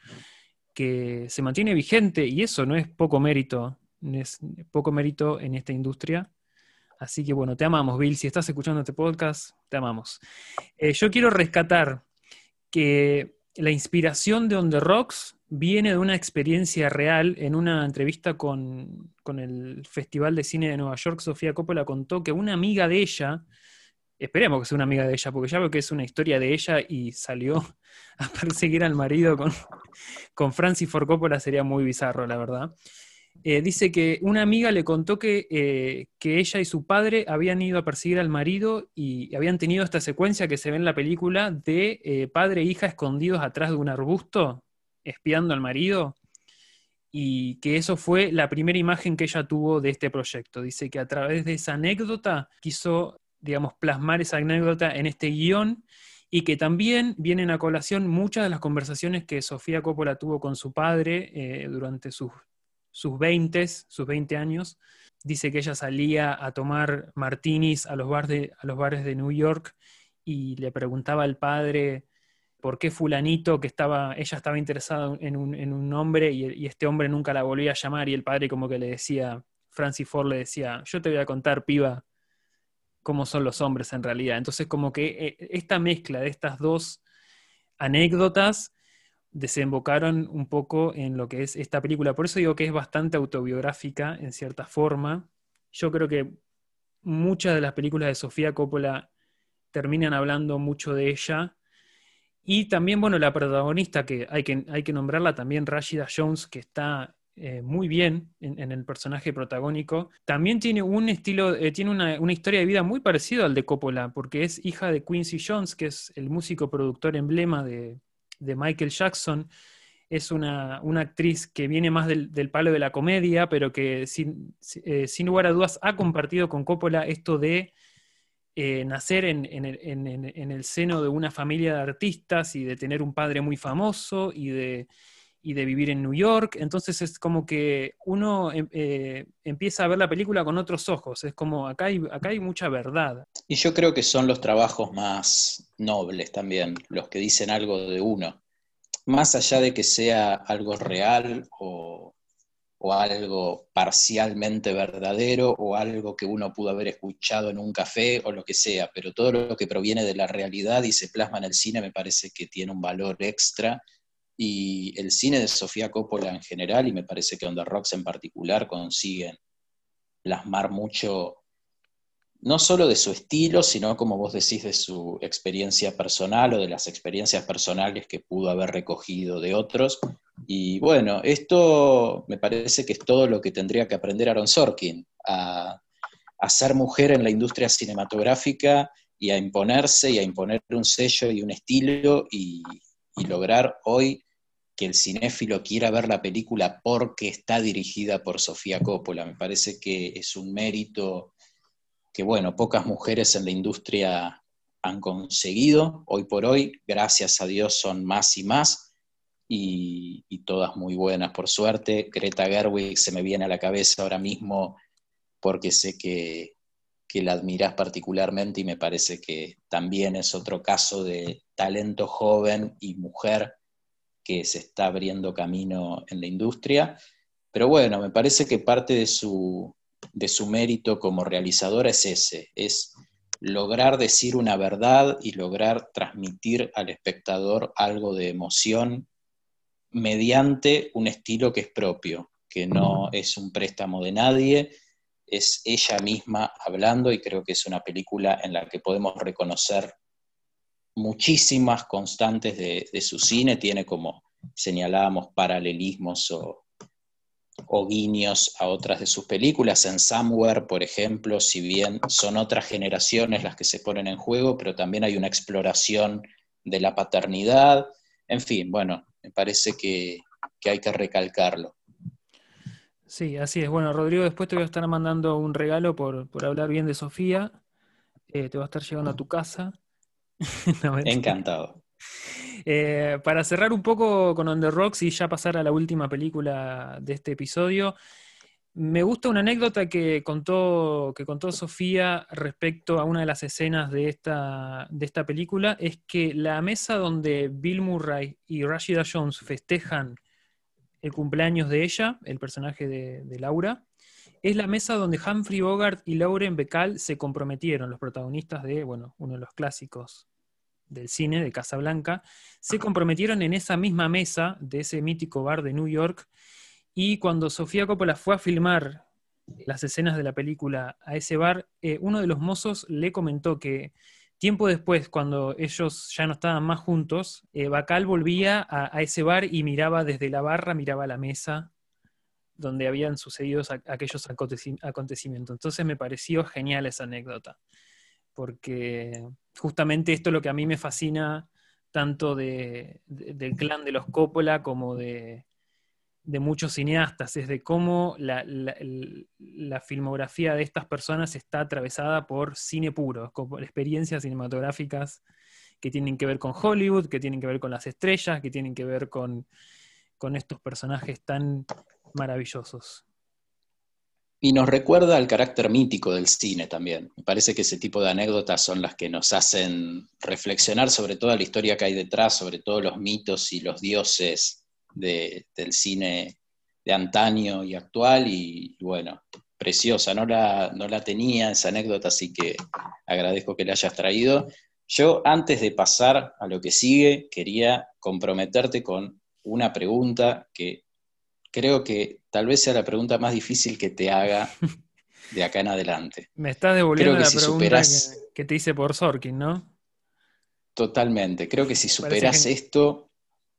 que se mantiene vigente y eso no es poco mérito, no es poco mérito en esta industria. Así que bueno, te amamos, Bill. Si estás escuchando este podcast, te amamos. Eh, yo quiero rescatar que la inspiración de On the Rocks viene de una experiencia real. En una entrevista con, con el Festival de Cine de Nueva York, Sofía Coppola contó que una amiga de ella, esperemos que sea una amiga de ella, porque ya veo que es una historia de ella y salió a perseguir al marido con, con Francis Ford Coppola, sería muy bizarro, la verdad. Eh, dice que una amiga le contó que, eh, que ella y su padre habían ido a perseguir al marido y habían tenido esta secuencia que se ve en la película de eh, padre e hija escondidos atrás de un arbusto, espiando al marido, y que eso fue la primera imagen que ella tuvo de este proyecto. Dice que a través de esa anécdota quiso, digamos, plasmar esa anécdota en este guión y que también vienen a colación muchas de las conversaciones que Sofía Coppola tuvo con su padre eh, durante sus sus veinte, sus veinte años. Dice que ella salía a tomar martinis a los, bar de, a los bares de New York y le preguntaba al padre por qué fulanito que estaba, ella estaba interesada en un, en un hombre y, y este hombre nunca la volvía a llamar y el padre como que le decía, Francis Ford le decía, yo te voy a contar, piba, cómo son los hombres en realidad. Entonces como que esta mezcla de estas dos anécdotas desembocaron un poco en lo que es esta película. Por eso digo que es bastante autobiográfica en cierta forma. Yo creo que muchas de las películas de Sofía Coppola terminan hablando mucho de ella. Y también, bueno, la protagonista, que hay que, hay que nombrarla también, Rashida Jones, que está eh, muy bien en, en el personaje protagónico. También tiene un estilo, eh, tiene una, una historia de vida muy parecido al de Coppola, porque es hija de Quincy Jones, que es el músico productor emblema de, de Michael Jackson. Es una, una actriz que viene más del, del palo de la comedia, pero que sin, eh, sin lugar a dudas ha compartido con Coppola esto de eh, nacer en, en, el, en, en el seno de una familia de artistas y de tener un padre muy famoso y de, y de vivir en New York. Entonces es como que uno eh, empieza a ver la película con otros ojos. Es como, acá hay, acá hay mucha verdad. Y yo creo que son los trabajos más nobles también, los que dicen algo de uno. Más allá de que sea algo real o, o algo parcialmente verdadero o algo que uno pudo haber escuchado en un café o lo que sea, pero todo lo que proviene de la realidad y se plasma en el cine me parece que tiene un valor extra. Y el cine de Sofía Coppola en general, y me parece que On the Rocks en particular, consiguen plasmar mucho, no solo de su estilo, sino, como vos decís, de su experiencia personal o de las experiencias personales que pudo haber recogido de otros. Y bueno, esto me parece que es todo lo que tendría que aprender Aaron Sorkin, a, a ser mujer en la industria cinematográfica y a imponerse y a imponer un sello y un estilo y, y lograr hoy que el cinéfilo quiera ver la película porque está dirigida por Sofía Coppola. Me parece que es un mérito que, bueno, pocas mujeres en la industria han conseguido. Hoy por hoy, gracias a Dios, son más y más, y, y todas muy buenas, por suerte. Greta Gerwig se me viene a la cabeza ahora mismo porque sé que, que la admirás particularmente y me parece que también es otro caso de talento joven y mujer que se está abriendo camino en la industria. Pero bueno, me parece que parte de su, de su mérito como realizadora es ese, es lograr decir una verdad y lograr transmitir al espectador algo de emoción mediante un estilo que es propio, que no es un préstamo de nadie, es ella misma hablando, y creo que es una película en la que podemos reconocer muchísimas constantes de, de su cine. Tiene, como señalábamos, paralelismos o, o guiños a otras de sus películas. En Somewhere, por ejemplo, si bien son otras generaciones las que se ponen en juego, pero también hay una exploración de la paternidad. En fin, bueno, me parece que, que hay que recalcarlo. Sí, así es. Bueno, Rodrigo, después te voy a estar mandando un regalo por, por hablar bien de Sofía. Eh, te va a estar llegando a tu casa. No, Encantado. Eh, para cerrar un poco con On the Rocks y ya pasar a la última película de este episodio, me gusta una anécdota que contó, que contó Sofía respecto a una de las escenas de esta, de esta película. Es que la mesa donde Bill Murray y Rashida Jones festejan el cumpleaños de ella, el personaje de, de Laura, es la mesa donde Humphrey Bogart y Lauren Bacall se comprometieron, los protagonistas de, bueno, uno de los clásicos del cine, de Casablanca, se comprometieron en esa misma mesa de ese mítico bar de New York. Y cuando Sofía Coppola fue a filmar las escenas de la película a ese bar, eh, uno de los mozos le comentó que tiempo después, cuando ellos ya no estaban más juntos, eh, Bacall volvía a, a ese bar y miraba desde la barra, miraba la mesa donde habían sucedido a, aquellos aconteci- acontecimientos. Entonces me pareció genial esa anécdota, porque justamente esto es lo que a mí me fascina tanto de, de, del clan de los Coppola como de, de muchos cineastas, es de cómo la, la, la filmografía de estas personas está atravesada por cine puro, por experiencias cinematográficas que tienen que ver con Hollywood, que tienen que ver con las estrellas, que tienen que ver con, con estos personajes tan maravillosos. Y nos recuerda al carácter mítico del cine también. Me parece que ese tipo de anécdotas son las que nos hacen reflexionar sobre toda la historia que hay detrás, sobre todos los mitos y los dioses de, del cine de antaño y actual. Y, y bueno, preciosa, no la, no la tenía esa anécdota, así que agradezco que la hayas traído. Yo, antes de pasar a lo que sigue, quería comprometerte con una pregunta que creo que tal vez sea la pregunta más difícil que te haga de acá en adelante. Me estás devolviendo Creo que la si pregunta superás, que, que te hice por Sorkin, ¿no? totalmente, creo que si Parece superás que... esto,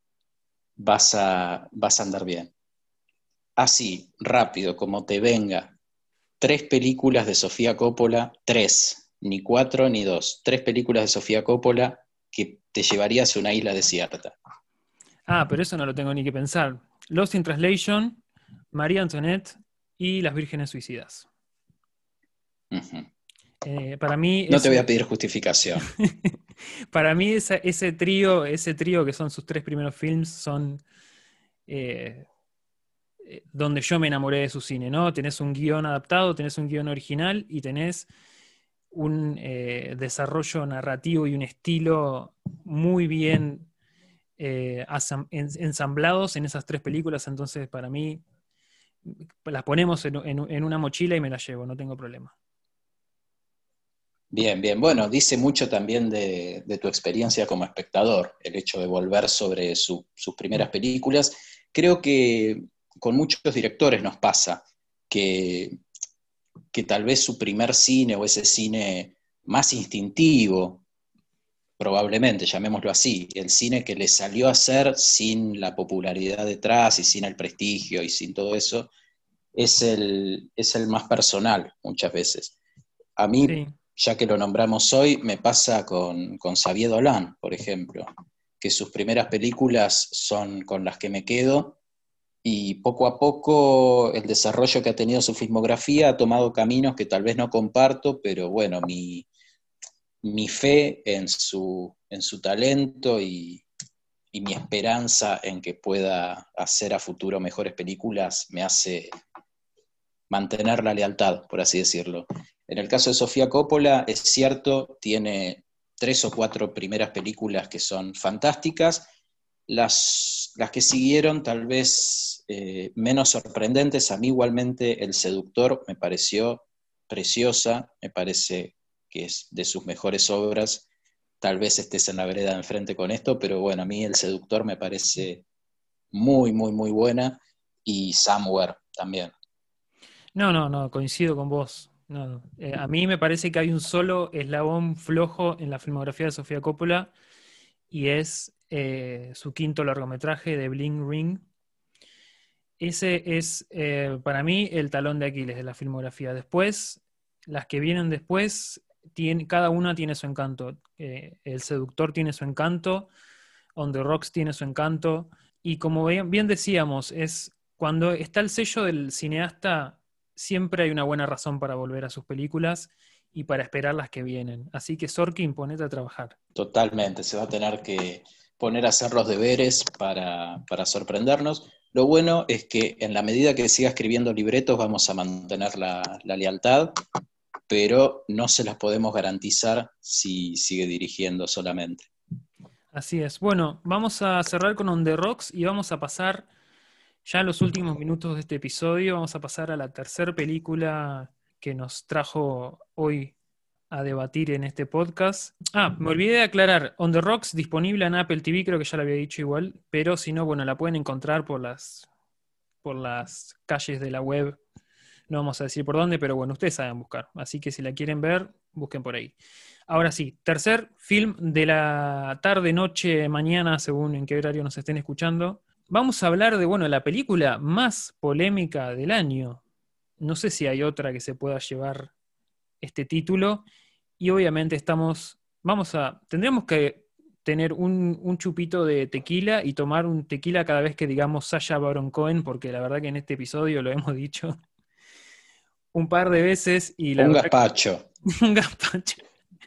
vas a, vas a andar bien. Así, rápido, como te venga, tres películas de Sofía Coppola, tres, ni cuatro ni dos, tres películas de Sofía Coppola que te llevarías a una isla desierta. Ah, pero eso no lo tengo ni que pensar. Lost in Translation, María Antoinette y Las Vírgenes Suicidas. Uh-huh. Eh, para mí No es te voy un... a pedir justificación. Para mí esa, ese trío, ese trío que son sus tres primeros films son eh, eh, donde yo me enamoré de su cine, ¿no? Tenés un guión adaptado, tenés un guión original y tenés un eh, desarrollo narrativo y un estilo muy bien eh, asam- en- ensamblados en esas tres películas. Entonces, para mí, las ponemos en, en- en una mochila y me las llevo, no tengo problema. Bien, bien. Bueno, dice mucho también de, de tu experiencia como espectador, el hecho de volver sobre su- sus primeras películas. Creo que con muchos directores nos pasa que, que tal vez su primer cine o ese cine más instintivo, probablemente, llamémoslo así, el cine que le salió a hacer sin la popularidad detrás y sin el prestigio y sin todo eso, es el, es el más personal muchas veces. A mí, Sí, ya que lo nombramos hoy, me pasa con, con Xavier Dolan, por ejemplo, que sus primeras películas son con las que me quedo y poco a poco el desarrollo que ha tenido su filmografía ha tomado caminos que tal vez no comparto, pero bueno, mi, mi fe en su, en su talento y, y mi esperanza en que pueda hacer a futuro mejores películas me hace mantener la lealtad, por así decirlo. En el caso de Sofía Coppola, es cierto, tiene tres o cuatro primeras películas que son fantásticas, las, las que siguieron tal vez eh, menos sorprendentes. A mí igualmente El Seductor me pareció preciosa, me parece que es de sus mejores obras. Tal vez estés en la vereda de enfrente con esto, pero bueno, a mí El Seductor me parece muy, muy, muy buena, y Somewhere también. no, no, no, coincido con vos. No, no. Eh, a mí me parece que hay un solo eslabón flojo en la filmografía de Sofía Coppola y es eh, su quinto largometraje de Bling Ring. Ese es eh, para mí el talón de Aquiles de la filmografía. Después, las que vienen después, tiene, cada una tiene su encanto. Eh, El Seductor tiene su encanto, On the Rocks tiene su encanto, y como bien, bien decíamos, es cuando está el sello del cineasta, siempre hay una buena razón para volver a sus películas y para esperar las que vienen. Así que Sorkin, ponete a trabajar. Totalmente, se va a tener que poner a hacer los deberes para, para sorprendernos. Lo bueno es que en la medida que siga escribiendo libretos vamos a mantener la, la lealtad, pero no se las podemos garantizar si sigue dirigiendo solamente. Así es. Bueno, vamos a cerrar con On the Rocks y vamos a pasar, ya en los últimos minutos de este episodio, vamos a pasar a la tercera película que nos trajo hoy a debatir en este podcast. Ah, me olvidé de aclarar, On the Rocks disponible en Apple T V, creo que ya lo había dicho igual, pero si no, bueno, la pueden encontrar por las, por las calles de la web. No vamos a decir por dónde, pero bueno, ustedes saben buscar. Así que si la quieren ver, busquen por ahí. Ahora sí, tercer film de la tarde, noche, mañana, según en qué horario nos estén escuchando. Vamos a hablar de, bueno, la película más polémica del año. No sé si hay otra que se pueda llevar este título. Y obviamente estamos, vamos a, tendríamos que tener un, un chupito de tequila y tomar un tequila cada vez que digamos Sacha Baron Cohen, porque la verdad que en este episodio lo hemos dicho un par de veces y la Un verdad gazpacho. que un gazpacho.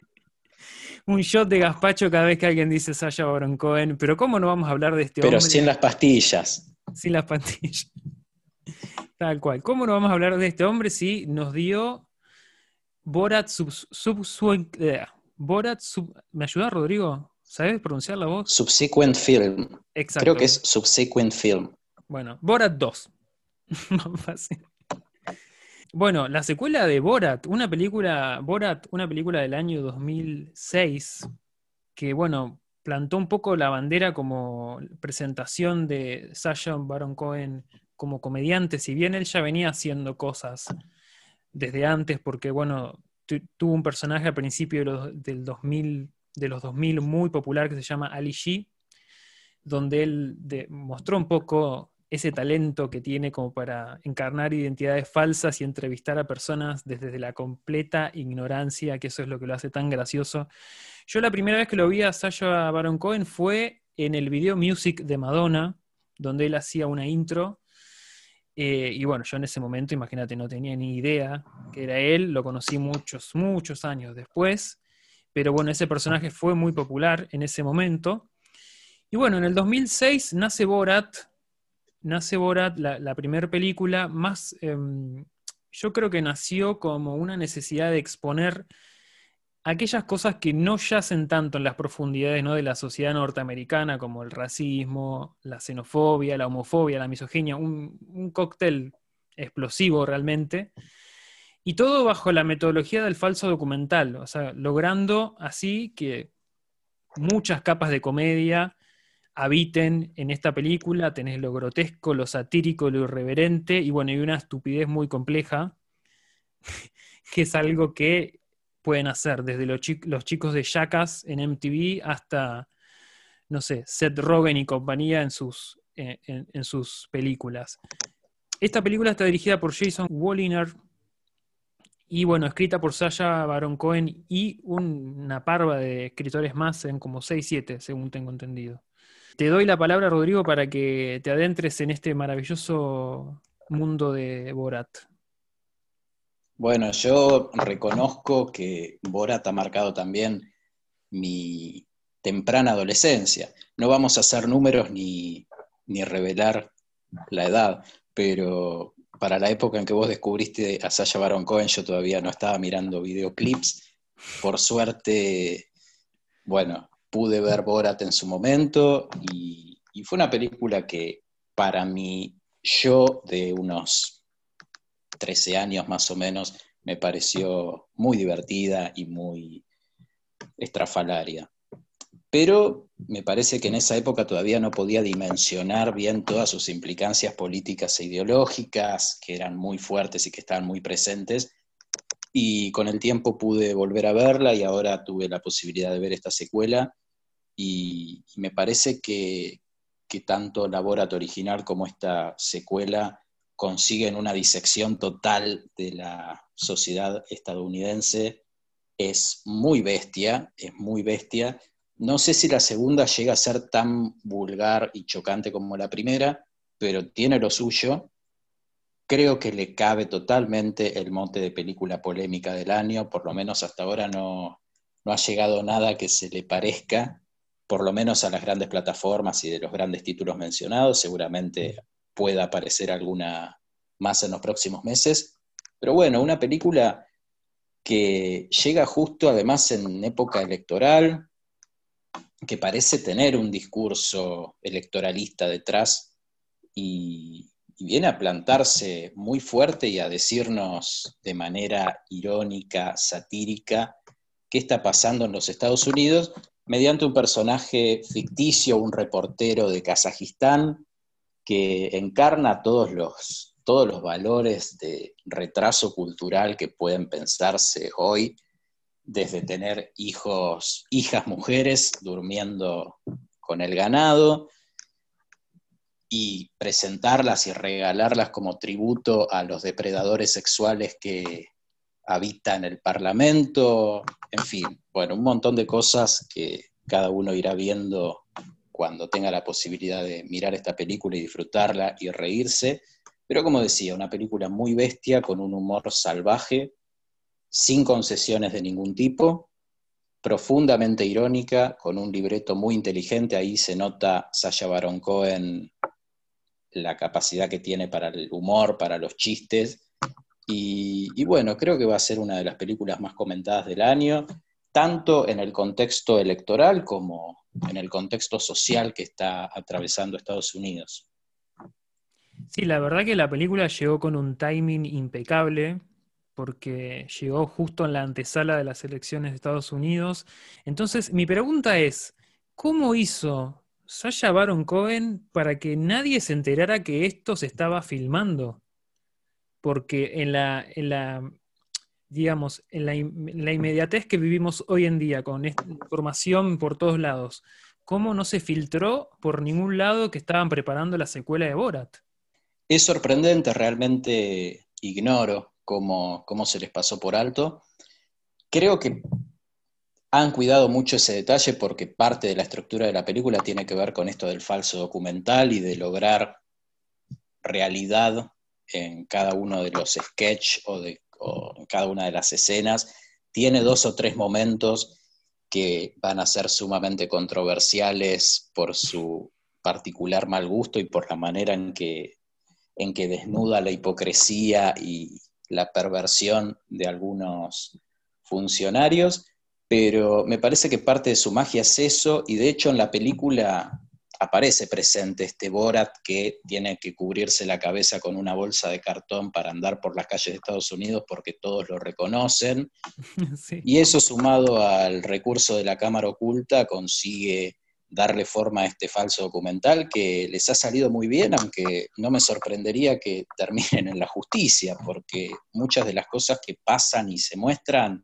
Un shot de gazpacho cada vez que alguien dice Sacha Baron Cohen. Pero ¿cómo no vamos a hablar de este Pero hombre sin las pastillas. sin las pastillas? Tal cual. ¿Cómo no vamos a hablar de este hombre si nos dio Borat sub, sub, sub- eh, Borat sub, ¿me ayuda, Rodrigo? ¿Sabes pronunciar la voz? Subsequent film. Creo Exacto. que es Subsequent film. Bueno, Borat dos. Más fácil. Bueno, la secuela de Borat, una película, Borat, una película del año dos mil seis, que bueno, plantó un poco la bandera como presentación de Sacha Baron Cohen como comediante, si bien él ya venía haciendo cosas desde antes, porque bueno, tu, tuvo un personaje al principio de los, del dos mil, de los dos mil muy popular que se llama Ali G, donde él de, mostró un poco ese talento que tiene como para encarnar identidades falsas y entrevistar a personas desde la completa ignorancia, que eso es lo que lo hace tan gracioso. Yo la primera vez que lo vi a Sacha Baron Cohen fue en el video Music de Madonna, donde él hacía una intro. Eh, y bueno, yo en ese momento, imagínate, no tenía ni idea que era él, lo conocí muchos, muchos años después, pero bueno, ese personaje fue muy popular en ese momento. Y bueno, en el dos mil seis nace Borat, nace Borat, la, la primera película, más, eh, yo creo que nació como una necesidad de exponer aquellas cosas que no yacen tanto en las profundidades, ¿no?, de la sociedad norteamericana, como el racismo, la xenofobia, la homofobia, la misoginia, un, un cóctel explosivo realmente, y todo bajo la metodología del falso documental, o sea, logrando así que muchas capas de comedia habiten en esta película. Tenés lo grotesco, lo satírico, lo irreverente, y bueno, y una estupidez muy compleja, que es algo que pueden hacer desde los, chi- los chicos de Jackass en M T V hasta, no sé, Seth Rogen y compañía en sus, eh, en, en sus películas. Esta película está dirigida por Jason Woliner y, bueno, escrita por Sacha Baron Cohen y un- una parva de escritores más, en como seis siete, según tengo entendido. Te doy la palabra, Rodrigo, para que te adentres en este maravilloso mundo de Borat. Bueno, yo reconozco que Borat ha marcado también mi temprana adolescencia. No vamos a hacer números ni, ni revelar la edad, pero para la época en que vos descubriste a Sacha Baron Cohen, yo todavía no estaba mirando videoclips. Por suerte, bueno, pude ver Borat en su momento y, y fue una película que para mí, yo de unos trece años más o menos, me pareció muy divertida y muy estrafalaria. Pero me parece que en esa época todavía no podía dimensionar bien todas sus implicancias políticas e ideológicas, que eran muy fuertes y que estaban muy presentes, y con el tiempo pude volver a verla y ahora tuve la posibilidad de ver esta secuela, y, y me parece que, que tanto la Borat original como esta secuela consiguen una disección total de la sociedad estadounidense. Es muy bestia, es muy bestia. No sé si la segunda llega a ser tan vulgar y chocante como la primera, pero tiene lo suyo. Creo que le cabe totalmente el mote de película polémica del año, por lo menos hasta ahora no, no ha llegado nada que se le parezca, por lo menos a las grandes plataformas y de los grandes títulos mencionados. Seguramente pueda aparecer alguna más en los próximos meses. Pero bueno, una película que llega justo además en época electoral, que parece tener un discurso electoralista detrás y, y viene a plantarse muy fuerte y a decirnos de manera irónica, satírica, qué está pasando en los Estados Unidos mediante un personaje ficticio, un reportero de Kazajistán, que encarna todos los, todos los valores de retraso cultural que pueden pensarse hoy, desde tener hijos, hijas mujeres durmiendo con el ganado y presentarlas y regalarlas como tributo a los depredadores sexuales que habitan el Parlamento, en fin, bueno, un montón de cosas que cada uno irá viendo cuando tenga la posibilidad de mirar esta película y disfrutarla y reírse, pero como decía, una película muy bestia, con un humor salvaje, sin concesiones de ningún tipo, profundamente irónica, con un libreto muy inteligente. Ahí se nota Sacha Baron Cohen, la capacidad que tiene para el humor, para los chistes, y, y bueno, creo que va a ser una de las películas más comentadas del año, tanto en el contexto electoral como en el contexto social que está atravesando Estados Unidos. Sí, la verdad que la película llegó con un timing impecable, porque llegó justo en la antesala de las elecciones de Estados Unidos. Entonces, mi pregunta es, ¿cómo hizo Sacha Baron Cohen para que nadie se enterara que esto se estaba filmando? Porque en la, en la digamos, en la, en la inmediatez que vivimos hoy en día, con esta información por todos lados, ¿cómo no se filtró por ningún lado que estaban preparando la secuela de Borat? Es sorprendente, realmente ignoro cómo, cómo se les pasó por alto. Creo que han cuidado mucho ese detalle porque parte de la estructura de la película tiene que ver con esto del falso documental y de lograr realidad en cada uno de los sketches o, de, o en cada una de las escenas. Tiene dos o tres momentos que van a ser sumamente controversiales por su particular mal gusto y por la manera en que, en que desnuda la hipocresía y la perversión de algunos funcionarios, pero me parece que parte de su magia es eso, y de hecho en la película aparece presente este Borat que tiene que cubrirse la cabeza con una bolsa de cartón para andar por las calles de Estados Unidos porque todos lo reconocen, Sí. y eso sumado al recurso de la cámara oculta consigue darle forma a este falso documental que les ha salido muy bien, aunque no me sorprendería que terminen en la justicia, porque muchas de las cosas que pasan y se muestran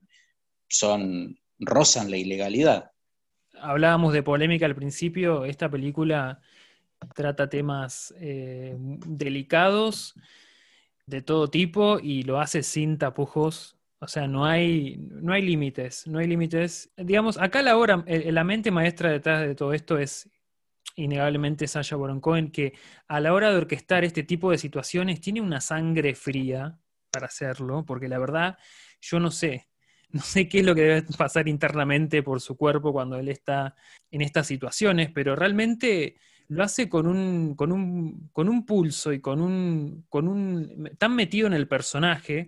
son, rozan la ilegalidad. Hablábamos de polémica al principio, esta película trata temas eh, delicados de todo tipo y lo hace sin tapujos, o sea, no hay, no hay límites, no hay límites. Digamos, acá la obra, eh, la mente maestra detrás de todo esto es innegablemente Sacha Baron Cohen, que a la hora de orquestar este tipo de situaciones tiene una sangre fría para hacerlo, porque la verdad, yo no sé, no sé qué es lo que debe pasar internamente por su cuerpo cuando él está en estas situaciones, pero realmente lo hace con un, con un, con un pulso y con un, con un tan metido en el personaje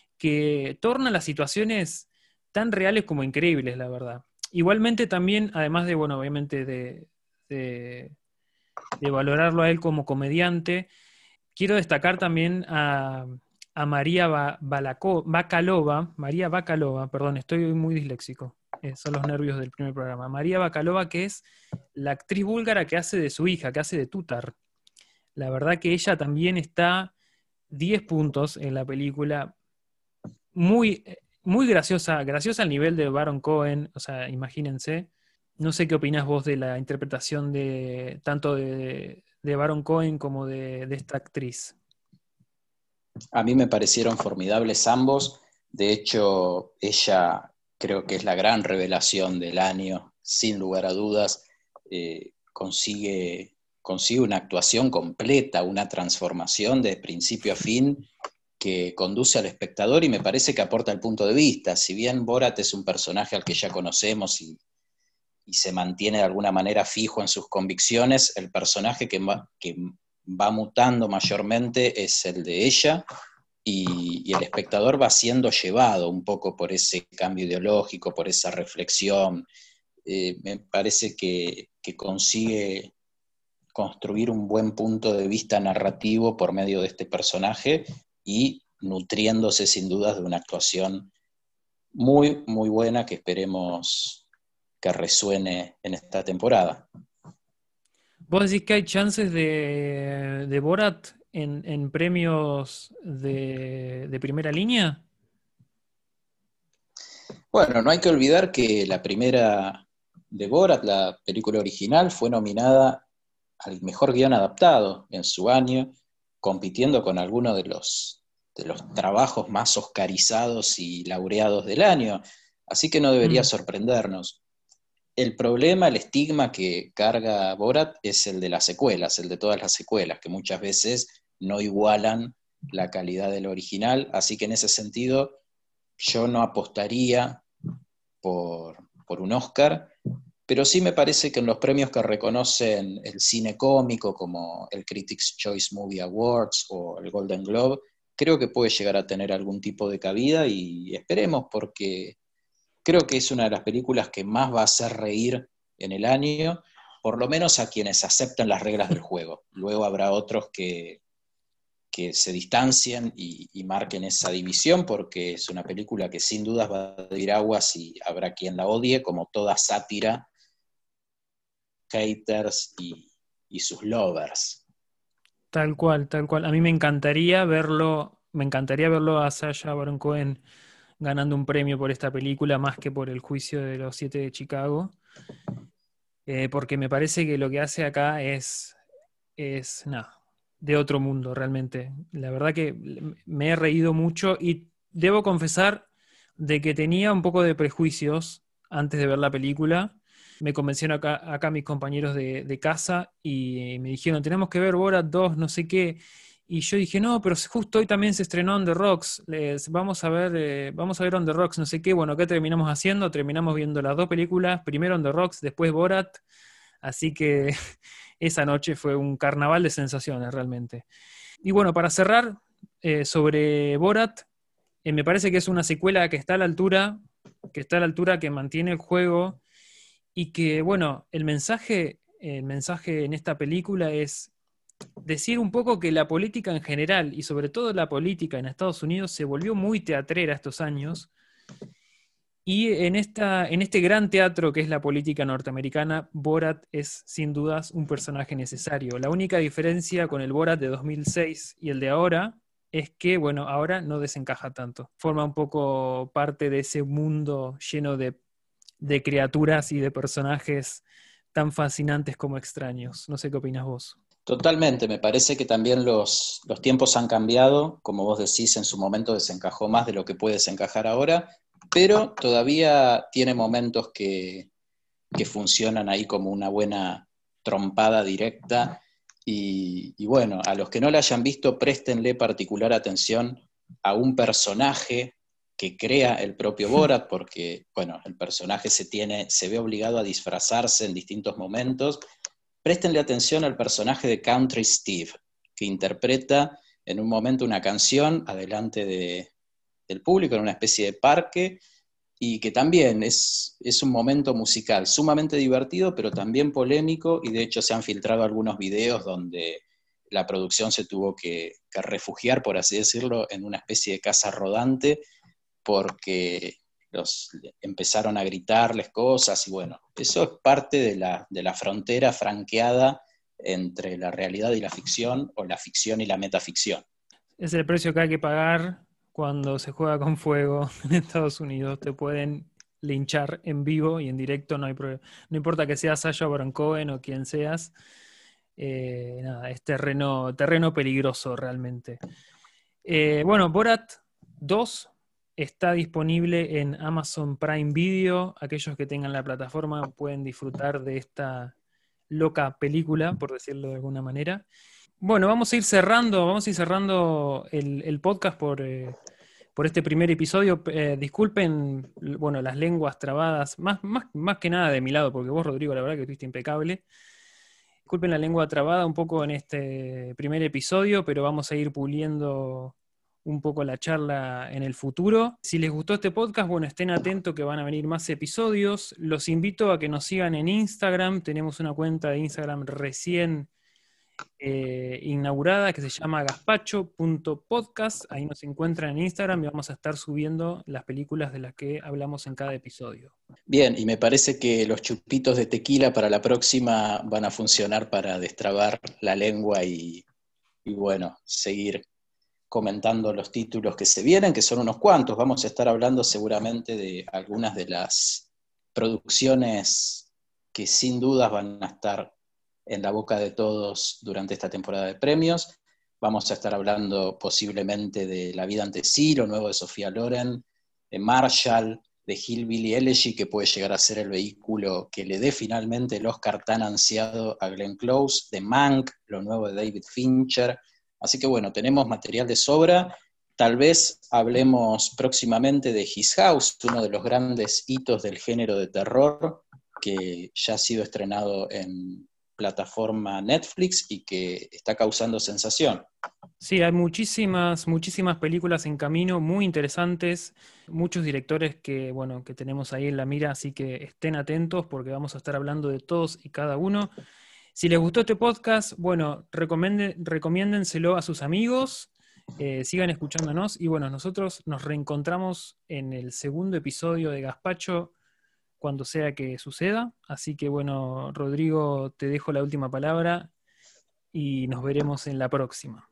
que torna las situaciones tan reales como increíbles, la verdad. Igualmente también, además de, bueno, obviamente de, de, de valorarlo a él como comediante, quiero destacar también a, a María Ba- Balaco- Bakalova, María Bakalova, perdón, estoy muy disléxico, eh, son los nervios del primer programa. María Bakalova, que es la actriz búlgara que hace de su hija, que hace de Tutar. La verdad que ella también está diez puntos en la película, muy, muy graciosa, graciosa al nivel de Baron Cohen, o sea, imagínense. No sé qué opinás vos de la interpretación de tanto de, de Baron Cohen como de, de esta actriz. A mí me parecieron formidables ambos. De hecho, ella creo que es la gran revelación del año, sin lugar a dudas. Eh, consigue, consigue una actuación completa, una transformación de principio a fin que conduce al espectador y me parece que aporta el punto de vista. Si bien Borat es un personaje al que ya conocemos y, y se mantiene de alguna manera fijo en sus convicciones, el personaje que va, que va mutando mayormente es el de ella, y, y el espectador va siendo llevado un poco por ese cambio ideológico, por esa reflexión. Eh, me parece que, que consigue construir un buen punto de vista narrativo por medio de este personaje y nutriéndose sin dudas de una actuación muy, muy buena que esperemos que resuene en esta temporada. ¿Vos decís que hay chances de, de Borat en, en premios de, de primera línea? Bueno, no hay que olvidar que la primera de Borat, la película original, fue nominada al mejor guión adaptado en su año, compitiendo con algunos de los, de los trabajos más oscarizados y laureados del año, así que no debería Mm. sorprendernos. El problema, el estigma que carga Borat es el de las secuelas, el de todas las secuelas, que muchas veces no igualan la calidad del original, así que en ese sentido yo no apostaría por, por un Oscar, pero sí me parece que en los premios que reconocen el cine cómico, como el Critics' Choice Movie Awards o el Golden Globe, creo que puede llegar a tener algún tipo de cabida y esperemos, porque creo que es una de las películas que más va a hacer reír en el año, por lo menos a quienes aceptan las reglas del juego. Luego habrá otros que, que se distancien y, y marquen esa división, porque es una película que sin dudas va a dividir aguas y habrá quien la odie, como toda sátira, haters y, y sus lovers. Tal cual, tal cual. A mí me encantaría verlo, me encantaría verlo a Sacha Baron Cohen ganando un premio por esta película más que por El juicio de los siete de Chicago, eh, porque me parece que lo que hace acá es, es nada, de otro mundo realmente. La verdad que me he reído mucho y debo confesar de que tenía un poco de prejuicios antes de ver la película. Me convencieron acá, acá mis compañeros de, de casa y me dijeron, tenemos que ver Borat dos, no sé qué. Y yo dije, no, pero justo hoy también se estrenó On the Rocks, les, vamos a ver, eh, vamos a ver On the Rocks, no sé qué. Bueno, ¿qué terminamos haciendo? Terminamos viendo las dos películas, primero On the Rocks, después Borat. Así que esa noche fue un carnaval de sensaciones realmente. Y bueno, para cerrar, eh, sobre Borat, eh, me parece que es una secuela que está a la altura, que está a la altura, que mantiene el juego, y que, bueno, el mensaje, el mensaje en esta película es decir un poco que la política en general, y sobre todo la política en Estados Unidos, se volvió muy teatrera estos años. Y en, esta, en este gran teatro que es la política norteamericana, Borat es sin dudas un personaje necesario. La única diferencia con el Borat de dos mil seis y el de ahora es que, bueno, ahora no desencaja tanto. Forma un poco parte de ese mundo lleno de, de criaturas y de personajes tan fascinantes como extraños. No sé qué opinas vos. Totalmente, me parece que también los, los tiempos han cambiado, como vos decís, en su momento desencajó más de lo que puede desencajar ahora, pero todavía tiene momentos que, que funcionan ahí como una buena trompada directa, y, y bueno, a los que no la hayan visto, préstenle particular atención a un personaje que crea el propio Borat, porque bueno, el personaje se, tiene, se ve obligado a disfrazarse en distintos momentos. Préstenle atención al personaje de Country Steve, que interpreta en un momento una canción adelante de, del público, en una especie de parque, y que también es, es un momento musical sumamente divertido, pero también polémico, y de hecho se han filtrado algunos videos donde la producción se tuvo que, que refugiar, por así decirlo, en una especie de casa rodante, porque los empezaron a gritarles cosas, y bueno, eso es parte de la, de la frontera franqueada entre la realidad y la ficción, o la ficción y la metaficción. Es el precio que hay que pagar cuando se juega con fuego en Estados Unidos. Te pueden linchar en vivo y en directo, no hay problema. No importa que seas Sacha Baron Cohen o quien seas, eh, nada, es terreno, terreno peligroso realmente. Eh, bueno, Borat dos está disponible en Amazon Prime Video. Aquellos que tengan la plataforma pueden disfrutar de esta loca película, por decirlo de alguna manera. Bueno, vamos a ir cerrando, vamos a ir cerrando el, el podcast por, eh, por este primer episodio. Eh, disculpen, bueno, las lenguas trabadas, más, más, más que nada de mi lado, porque vos, Rodrigo, la verdad que estuviste impecable. Disculpen la lengua trabada un poco en este primer episodio, pero vamos a ir puliendo un poco la charla en el futuro. Si les gustó este podcast, bueno, estén atentos que van a venir más episodios. Los invito a que nos sigan en Instagram. Tenemos una cuenta de Instagram recién Eh, inaugurada que se llama gazpacho punto podcast. Ahí nos encuentran en Instagram y vamos a estar subiendo las películas de las que hablamos en cada episodio. Bien, y me parece que los chupitos de tequila para la próxima van a funcionar para destrabar la lengua y, y bueno, seguir comentando los títulos que se vienen, que son unos cuantos. Vamos a estar hablando seguramente de algunas de las producciones que sin dudas van a estar en la boca de todos durante esta temporada de premios. Vamos a estar hablando posiblemente de La vida ante sí, lo nuevo de Sofía Loren, de Marshall, de Hillbilly Elegy, que puede llegar a ser el vehículo que le dé finalmente el Oscar tan ansiado a Glenn Close, de Mank, lo nuevo de David Fincher. Así que bueno, tenemos material de sobra. Tal vez hablemos próximamente de His House, uno de los grandes hitos del género de terror, que ya ha sido estrenado en plataforma Netflix y que está causando sensación. Sí, hay muchísimas, muchísimas películas en camino, muy interesantes, muchos directores que, bueno, que tenemos ahí en la mira, así que estén atentos porque vamos a estar hablando de todos y cada uno. Si les gustó este podcast, bueno, recomiéndenselo a sus amigos, eh, sigan escuchándonos y bueno, nosotros nos reencontramos en el segundo episodio de Gazpacho, cuando sea que suceda. Así que bueno, Rodrigo, te dejo la última palabra y nos veremos en la próxima.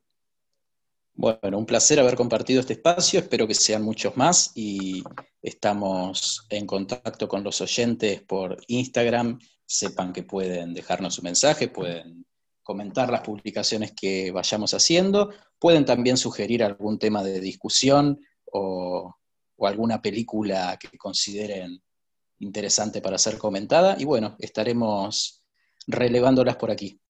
Bueno, un placer haber compartido este espacio, espero que sean muchos más y estamos en contacto con los oyentes por Instagram. Sepan que pueden dejarnos su mensaje, pueden comentar las publicaciones que vayamos haciendo, pueden también sugerir algún tema de discusión o, o alguna película que consideren interesante para ser comentada, y bueno, estaremos relevándolas por aquí.